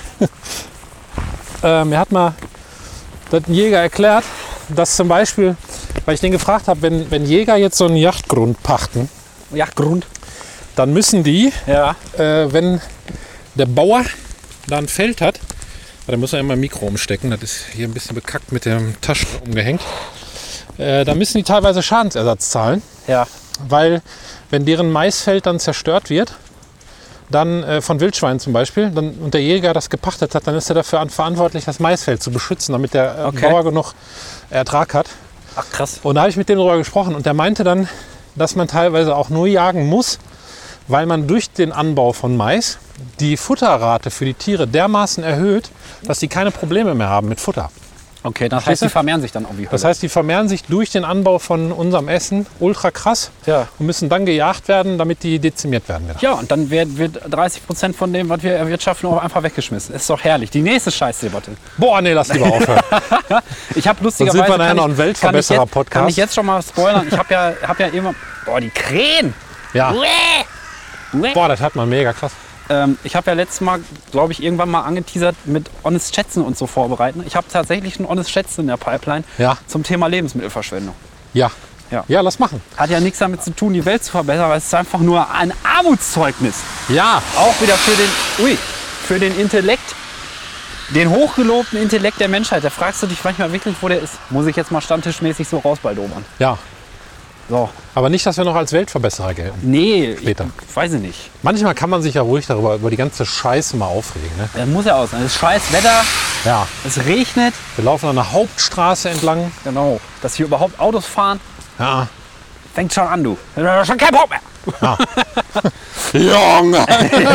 [SPEAKER 2] Mir hat mal das ein Jäger erklärt, dass zum Beispiel, weil ich den gefragt habe, wenn Jäger jetzt so einen Jagdgrund pachten,
[SPEAKER 1] Ja, Grund.
[SPEAKER 2] dann müssen die,
[SPEAKER 1] Ja.
[SPEAKER 2] wenn der Bauer da ein Feld hat, da muss er immer ein Mikro umstecken, das ist hier ein bisschen bekackt mit dem Taschen umgehängt, da müssen die teilweise Schadensersatz zahlen,
[SPEAKER 1] Ja.
[SPEAKER 2] weil wenn deren Maisfeld dann zerstört wird, dann von Wildschweinen zum Beispiel, und der Jäger das gepachtet hat, dann ist er dafür verantwortlich, das Maisfeld zu beschützen, damit der
[SPEAKER 1] Okay.
[SPEAKER 2] Bauer genug Ertrag hat.
[SPEAKER 1] Ach krass.
[SPEAKER 2] Und da habe ich mit dem darüber gesprochen und der meinte dann, dass man teilweise auch nur jagen muss, weil man durch den Anbau von Mais die Futterrate für die Tiere dermaßen erhöht, dass sie keine Probleme mehr haben mit Futter.
[SPEAKER 1] Okay, das heißt,
[SPEAKER 2] Verstehst du?
[SPEAKER 1] die vermehren sich dann auch wie Hölle.
[SPEAKER 2] Das heißt, die vermehren sich durch den Anbau von unserem Essen ultra krass
[SPEAKER 1] Ja.
[SPEAKER 2] und müssen dann gejagt werden, damit die dezimiert werden wieder.
[SPEAKER 1] Ja, und dann wird 30% von dem, was wir erwirtschaften, auch einfach weggeschmissen. Ist doch herrlich. Die nächste Scheißdebatte.
[SPEAKER 2] Boah, nee, lass lieber aufhören.
[SPEAKER 1] Ich habe lustigerweise.
[SPEAKER 2] Sonst sind wir nachher noch ein Weltverbesserer-Podcast.
[SPEAKER 1] Kann ich jetzt schon mal spoilern? Ich habe ja immer. Boah, die Krähen!
[SPEAKER 2] Ja.
[SPEAKER 1] Uäh.
[SPEAKER 2] Boah, das hat man mega krass.
[SPEAKER 1] Ich habe ja letztes Mal, glaube ich, irgendwann mal angeteasert mit Honest Schätzen und so vorbereiten. Ich habe tatsächlich ein Honest Schätzen in der Pipeline
[SPEAKER 2] Ja.
[SPEAKER 1] zum Thema Lebensmittelverschwendung.
[SPEAKER 2] Ja.
[SPEAKER 1] Ja.
[SPEAKER 2] Ja, lass machen.
[SPEAKER 1] Hat ja nichts damit zu tun, die Welt zu verbessern, aber es ist einfach nur ein Armutszeugnis.
[SPEAKER 2] Ja.
[SPEAKER 1] Auch wieder für den Intellekt, den hochgelobten Intellekt der Menschheit. Da fragst du dich manchmal wirklich, wo der ist. Muss ich jetzt mal stammtischmäßig so rausbaldobern.
[SPEAKER 2] Ja.
[SPEAKER 1] So.
[SPEAKER 2] Aber nicht, dass wir noch als Weltverbesserer gelten.
[SPEAKER 1] Nee,
[SPEAKER 2] Später.
[SPEAKER 1] weiß ich nicht.
[SPEAKER 2] Manchmal kann man sich ja ruhig über die ganze Scheiße mal aufregen. Ne?
[SPEAKER 1] Das muss ja aus sein. Es ist scheiß Wetter,
[SPEAKER 2] Ja.
[SPEAKER 1] es regnet.
[SPEAKER 2] Wir laufen an einer Hauptstraße entlang.
[SPEAKER 1] Genau. Dass hier überhaupt Autos fahren,
[SPEAKER 2] Ja.
[SPEAKER 1] fängt schon an, du. Da ist schon kein Bock mehr.
[SPEAKER 2] Junge!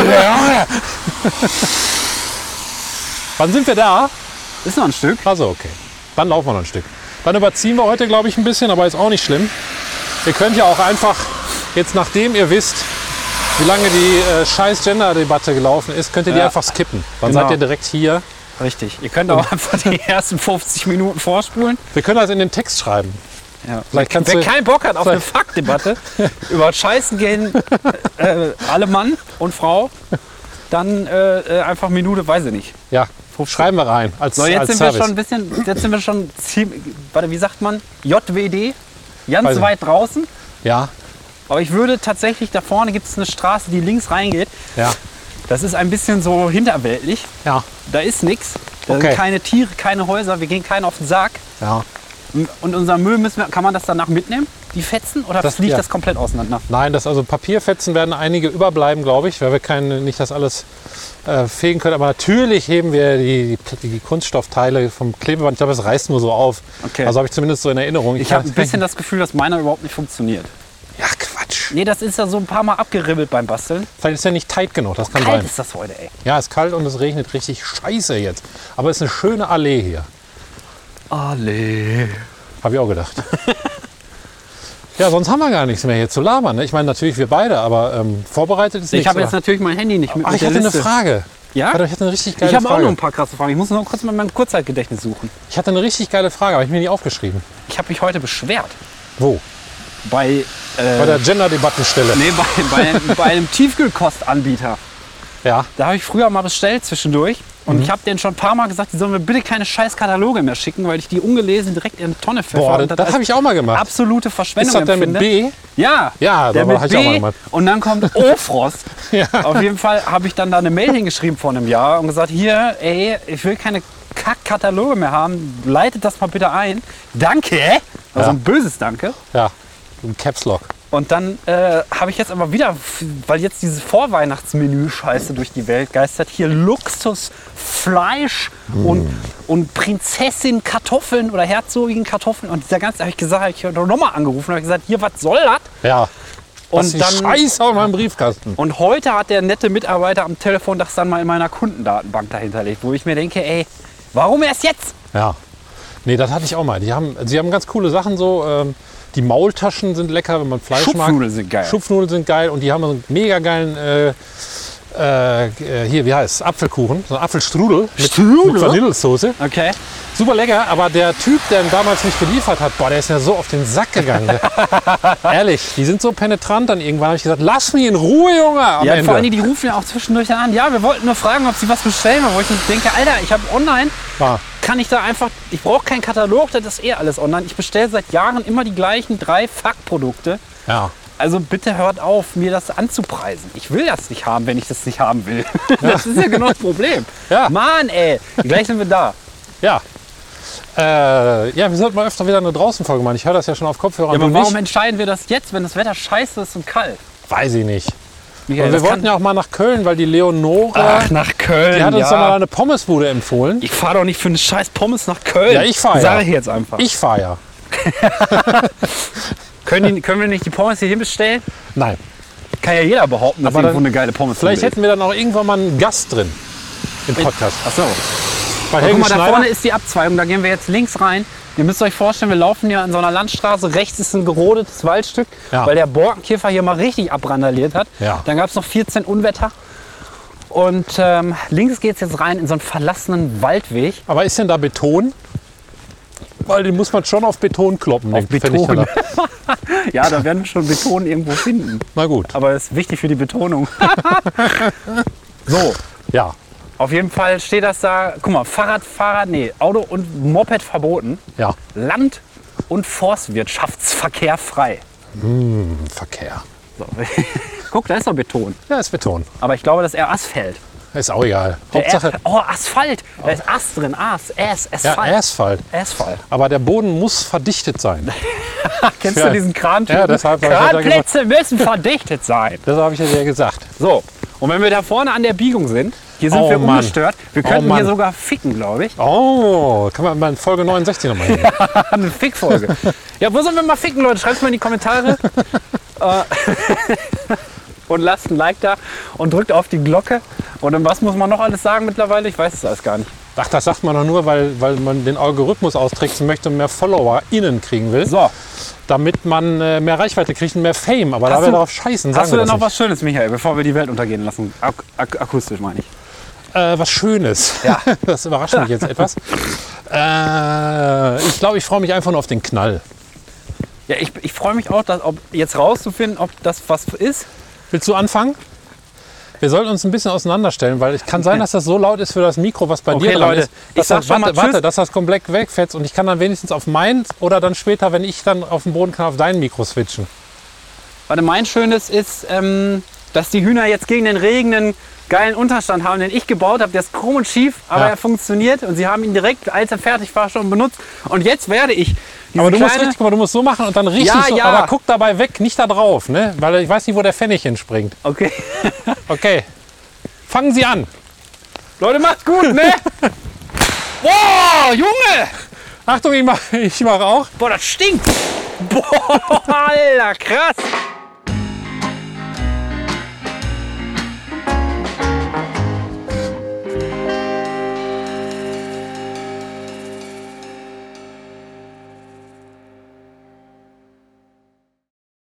[SPEAKER 2] Wann sind wir da?
[SPEAKER 1] Ist noch ein Stück.
[SPEAKER 2] Also okay. Dann laufen wir noch ein Stück. Dann überziehen wir heute, glaube ich, ein bisschen, aber ist auch nicht schlimm. Ihr könnt ja auch einfach, jetzt nachdem ihr wisst, wie lange die scheiß Gender-Debatte gelaufen ist, könnt ihr die
[SPEAKER 1] Ja.
[SPEAKER 2] einfach skippen. Dann
[SPEAKER 1] Genau.
[SPEAKER 2] seid ihr direkt hier.
[SPEAKER 1] Richtig. Ihr könnt auch einfach die ersten 50 Minuten vorspulen.
[SPEAKER 2] Wir können das in den Text schreiben.
[SPEAKER 1] Ja.
[SPEAKER 2] Vielleicht kannst
[SPEAKER 1] Wer
[SPEAKER 2] du-
[SPEAKER 1] keinen Bock hat auf eine
[SPEAKER 2] vielleicht-
[SPEAKER 1] Faktdebatte über Scheißen gehen, alle Mann und Frau, dann einfach Minute, weiß ich nicht.
[SPEAKER 2] Ja, schreiben wir rein. Als,
[SPEAKER 1] So, jetzt
[SPEAKER 2] als
[SPEAKER 1] sind wir
[SPEAKER 2] Service.
[SPEAKER 1] schon ein bisschen, jetzt sind wir schon ziemlich, warte, wie sagt man? JWD, ganz
[SPEAKER 2] Weiß ich
[SPEAKER 1] weit draußen.
[SPEAKER 2] Ja,
[SPEAKER 1] Aber ich würde tatsächlich, da vorne gibt es eine Straße, die links reingeht.
[SPEAKER 2] ja,
[SPEAKER 1] Das ist ein bisschen so hinterweltlich.
[SPEAKER 2] ja,
[SPEAKER 1] Da ist nichts. Da
[SPEAKER 2] Okay.
[SPEAKER 1] sind keine Tiere, keine Häuser. Wir gehen keinen auf den Sack.
[SPEAKER 2] ja.
[SPEAKER 1] Und unser Müll kann man das danach mitnehmen, die Fetzen, oder fliegt das komplett auseinander?
[SPEAKER 2] Nein, also Papierfetzen werden einige überbleiben, glaube ich, weil wir nicht das alles fegen können. Aber natürlich heben wir die Kunststoffteile vom Klebeband. Ich glaube, das reißt nur so auf.
[SPEAKER 1] Okay.
[SPEAKER 2] Also habe ich zumindest so in Erinnerung.
[SPEAKER 1] Ich habe ein bisschen das Gefühl, dass meiner überhaupt nicht funktioniert.
[SPEAKER 2] Ja, Quatsch.
[SPEAKER 1] Nee, das ist ja so ein paar Mal abgeribbelt beim Basteln.
[SPEAKER 2] Vielleicht ist ja nicht tight genug, das kann
[SPEAKER 1] Kalt
[SPEAKER 2] sein.
[SPEAKER 1] ist das heute, ey.
[SPEAKER 2] Ja, es ist kalt und es regnet richtig scheiße jetzt. Aber es ist eine schöne Allee hier.
[SPEAKER 1] Allee.
[SPEAKER 2] Habe ich auch gedacht. Ja, sonst haben wir gar nichts mehr hier zu labern. Ne? Ich meine, natürlich wir beide, aber vorbereitet ist nichts.
[SPEAKER 1] Ich habe jetzt natürlich mein Handy nicht mit.
[SPEAKER 2] Ach, ich hatte eine Frage.
[SPEAKER 1] Ja?
[SPEAKER 2] Ich hatte eine richtig geile
[SPEAKER 1] Ich habe auch
[SPEAKER 2] Frage.
[SPEAKER 1] noch ein paar krasse Fragen. Ich muss noch kurz mal mein Kurzzeitgedächtnis suchen.
[SPEAKER 2] Ich hatte eine richtig geile Frage, aber ich mir nicht aufgeschrieben.
[SPEAKER 1] Ich habe mich heute beschwert.
[SPEAKER 2] Wo?
[SPEAKER 1] Bei
[SPEAKER 2] der Gender-Debattenstelle.
[SPEAKER 1] Nee, bei einem Tiefkühlkostanbieter.
[SPEAKER 2] Ja.
[SPEAKER 1] Da habe ich früher mal bestellt zwischendurch. Und ich habe denen schon ein paar Mal gesagt, die sollen mir bitte keine scheiß Kataloge mehr schicken, weil ich die ungelesen direkt in eine Tonne pfeffer.
[SPEAKER 2] Boah,
[SPEAKER 1] und
[SPEAKER 2] das habe ich auch mal gemacht.
[SPEAKER 1] Absolute Verschwendung
[SPEAKER 2] Ist das der mit B?
[SPEAKER 1] Ja,
[SPEAKER 2] Ja,
[SPEAKER 1] der
[SPEAKER 2] aber
[SPEAKER 1] mit
[SPEAKER 2] habe ich auch mal
[SPEAKER 1] B.
[SPEAKER 2] gemacht.
[SPEAKER 1] Und dann kommt O-Frost.
[SPEAKER 2] Ja.
[SPEAKER 1] Auf jeden Fall habe ich dann da eine Mail hingeschrieben vor einem Jahr und gesagt, hier, ey, ich will keine Kack-Kataloge mehr haben. Leitet das mal bitte ein. Danke. Also
[SPEAKER 2] Ja.
[SPEAKER 1] ein böses Danke.
[SPEAKER 2] Ja, ein Caps Lock.
[SPEAKER 1] Und dann habe ich jetzt aber wieder, weil jetzt diese Vorweihnachtsmenü-Scheiße durch die Welt geistert, hier Luxusfleisch und Prinzessin-Kartoffeln oder Herzogin-Kartoffeln. Und dieser ganze, habe ich gesagt, ich habe nochmal angerufen und habe gesagt, hier, was soll das?
[SPEAKER 2] Ja.
[SPEAKER 1] Und
[SPEAKER 2] die
[SPEAKER 1] dann,
[SPEAKER 2] Scheiße auf meinem Briefkasten.
[SPEAKER 1] und heute hat der nette Mitarbeiter am Telefon das dann mal in meiner Kundendatenbank dahinterlegt, wo ich mir denke, ey, warum erst jetzt?
[SPEAKER 2] Ja. Nee, das hatte ich auch mal. Sie haben ganz coole Sachen so. Die Maultaschen sind lecker, wenn man Fleisch mag.
[SPEAKER 1] Schupfnudeln sind geil.
[SPEAKER 2] Schupfnudeln sind geil und die haben so einen mega geilen, hier, wie heißt es? Apfelkuchen, so einen Apfelstrudel mit Vanillesoße.
[SPEAKER 1] Okay.
[SPEAKER 2] Super lecker, aber der Typ, der ihn damals nicht geliefert hat, boah, der ist ja so auf den Sack gegangen. Ehrlich, die sind so penetrant, dann irgendwann habe ich gesagt, lass mich in Ruhe, Junge, am
[SPEAKER 1] Ja,
[SPEAKER 2] Ende.
[SPEAKER 1] vor allem, die rufen ja auch zwischendurch dann an. Ja, wir wollten nur fragen, ob sie was bestellen wollen. Wo ich denke, Alter, ich habe online,
[SPEAKER 2] Ja.
[SPEAKER 1] kann ich da einfach, ich brauche keinen Katalog, das ist alles online. Ich bestelle seit Jahren immer die gleichen 3 Fuck-Produkte.
[SPEAKER 2] Ja.
[SPEAKER 1] Also bitte hört auf, mir das anzupreisen. Ich will das nicht haben, wenn ich das nicht haben will. Das ist ja genau das Problem.
[SPEAKER 2] Ja.
[SPEAKER 1] Mann, ey, gleich sind wir da.
[SPEAKER 2] Ja. Ja, wir sollten mal öfter wieder eine Draußenfolge machen. Ich höre das ja schon auf Kopfhörer.
[SPEAKER 1] Ja, aber
[SPEAKER 2] und
[SPEAKER 1] warum
[SPEAKER 2] nicht.
[SPEAKER 1] entscheiden wir das jetzt, wenn das Wetter scheiße ist und kalt?
[SPEAKER 2] Weiß ich nicht.
[SPEAKER 1] Michael,
[SPEAKER 2] Und wir
[SPEAKER 1] das
[SPEAKER 2] wollten ja auch mal nach Köln, weil die Leonore,
[SPEAKER 1] Ach, nach Köln,
[SPEAKER 2] die hat uns
[SPEAKER 1] ja.
[SPEAKER 2] doch mal eine Pommesbude empfohlen.
[SPEAKER 1] Ich fahre doch nicht für eine scheiß Pommes nach Köln.
[SPEAKER 2] Ja, ich fahr ja.
[SPEAKER 1] Sag ich jetzt einfach.
[SPEAKER 2] Ich fahre ja.
[SPEAKER 1] Können wir nicht die Pommes hier hinbestellen?
[SPEAKER 2] Nein.
[SPEAKER 1] Kann ja jeder behaupten, dass
[SPEAKER 2] Aber
[SPEAKER 1] irgendwo
[SPEAKER 2] dann-
[SPEAKER 1] eine geile Pommes
[SPEAKER 2] Vielleicht
[SPEAKER 1] ist.
[SPEAKER 2] hätten wir dann auch irgendwann mal einen Gast drin im Podcast.
[SPEAKER 1] Achso.
[SPEAKER 2] Bei
[SPEAKER 1] Guck
[SPEAKER 2] Helge
[SPEAKER 1] mal, da
[SPEAKER 2] Schneider.
[SPEAKER 1] vorne ist die Abzweigung, da gehen wir jetzt links rein. Ihr müsst euch vorstellen, wir laufen hier an so einer Landstraße. Rechts ist ein gerodetes Waldstück,
[SPEAKER 2] Ja.
[SPEAKER 1] weil der Borkenkäfer hier mal richtig abrandaliert hat.
[SPEAKER 2] Ja.
[SPEAKER 1] Dann gab es noch 14 Unwetter. Und links geht es jetzt rein in so einen verlassenen Waldweg.
[SPEAKER 2] Aber ist denn da Beton? Weil den muss man schon auf Beton kloppen.
[SPEAKER 1] Auf
[SPEAKER 2] fänd ich
[SPEAKER 1] Beton.
[SPEAKER 2] dann da.
[SPEAKER 1] Ja, da werden wir schon Beton irgendwo finden.
[SPEAKER 2] Na gut.
[SPEAKER 1] Aber ist wichtig für die Betonung. So,
[SPEAKER 2] Ja.
[SPEAKER 1] auf jeden Fall steht das da. Guck mal, Auto und Moped verboten.
[SPEAKER 2] Ja.
[SPEAKER 1] Land- und Forstwirtschaftsverkehr frei.
[SPEAKER 2] Verkehr.
[SPEAKER 1] So. Guck, da ist doch Beton.
[SPEAKER 2] Ja, ist Beton.
[SPEAKER 1] Aber ich glaube, das ist eher Asphalt.
[SPEAKER 2] Ist auch egal. Hauptsache.
[SPEAKER 1] Oh, Asphalt. Da ist Ast drin.
[SPEAKER 2] Ja,
[SPEAKER 1] Asphalt.
[SPEAKER 2] Asphalt.
[SPEAKER 1] Asphalt.
[SPEAKER 2] Aber der Boden muss verdichtet sein.
[SPEAKER 1] Kennst
[SPEAKER 2] Ja.
[SPEAKER 1] du diesen Krantypen?
[SPEAKER 2] Ja, deshalb hab ich ja
[SPEAKER 1] Kranplätze müssen verdichtet sein.
[SPEAKER 2] Das habe ich ja dir gesagt.
[SPEAKER 1] So, und wenn wir da vorne an der Biegung sind, hier sind
[SPEAKER 2] Oh,
[SPEAKER 1] wir
[SPEAKER 2] Mann.
[SPEAKER 1] ungestört. Wir
[SPEAKER 2] Oh,
[SPEAKER 1] könnten
[SPEAKER 2] Mann.
[SPEAKER 1] hier sogar ficken, glaube ich.
[SPEAKER 2] Oh, kann man mal in Folge 69 nochmal hin.
[SPEAKER 1] Eine Fickfolge. Ja, wo sollen wir mal ficken, Leute? Schreibt mal in die Kommentare. Und lasst ein Like da und drückt auf die Glocke. Und dann was muss man noch alles sagen mittlerweile? Ich weiß es alles gar nicht.
[SPEAKER 2] Ach, das sagt man doch nur, weil man den Algorithmus austricksen möchte und mehr FollowerInnen kriegen will.
[SPEAKER 1] So,
[SPEAKER 2] Damit man mehr Reichweite kriegt und mehr Fame. Aber da
[SPEAKER 1] Hast
[SPEAKER 2] wir
[SPEAKER 1] du-
[SPEAKER 2] darauf scheißen,
[SPEAKER 1] hast
[SPEAKER 2] sagen
[SPEAKER 1] du
[SPEAKER 2] wir
[SPEAKER 1] denn
[SPEAKER 2] das
[SPEAKER 1] noch was Schönes, Michael, bevor wir die Welt untergehen lassen? Akustisch meine ich.
[SPEAKER 2] nicht. Was Schönes.
[SPEAKER 1] Ja.
[SPEAKER 2] Das überrascht mich jetzt etwas. Ich glaube, ich freue mich einfach nur auf den Knall.
[SPEAKER 1] Ja, ich freue mich auch, ob jetzt rauszufinden, ob das was ist.
[SPEAKER 2] Willst du anfangen? Wir sollten uns ein bisschen auseinanderstellen, weil es kann sein, dass das so laut ist für das Mikro, was bei
[SPEAKER 1] Okay,
[SPEAKER 2] dir dran
[SPEAKER 1] Leute,
[SPEAKER 2] ist.
[SPEAKER 1] ich
[SPEAKER 2] Dass
[SPEAKER 1] sag
[SPEAKER 2] das,
[SPEAKER 1] schon mal
[SPEAKER 2] warte,
[SPEAKER 1] Tschüss.
[SPEAKER 2] dass das komplett wegfetzt und ich kann dann wenigstens auf meins oder dann später, wenn ich dann auf dem Boden kann, auf dein Mikro switchen.
[SPEAKER 1] Warte, mein Schönes ist, dass die Hühner jetzt gegen den Regen einen geilen Unterstand haben, den ich gebaut habe. Der ist krumm und schief, aber er funktioniert. Und sie haben ihn direkt, als er fertig war, schon benutzt. Und jetzt werde ich
[SPEAKER 2] aber du musst richtig, guck mal, du musst so machen und dann richtig so. Aber guck dabei weg, nicht da drauf, ne? Weil ich weiß nicht, wo der Pfennig hinspringt.
[SPEAKER 1] Okay.
[SPEAKER 2] Okay. Fangen Sie an.
[SPEAKER 1] Leute, macht's gut, ne? Boah, Junge!
[SPEAKER 2] Achtung, ich mach auch.
[SPEAKER 1] Boah, das stinkt! Boah, Alter, krass!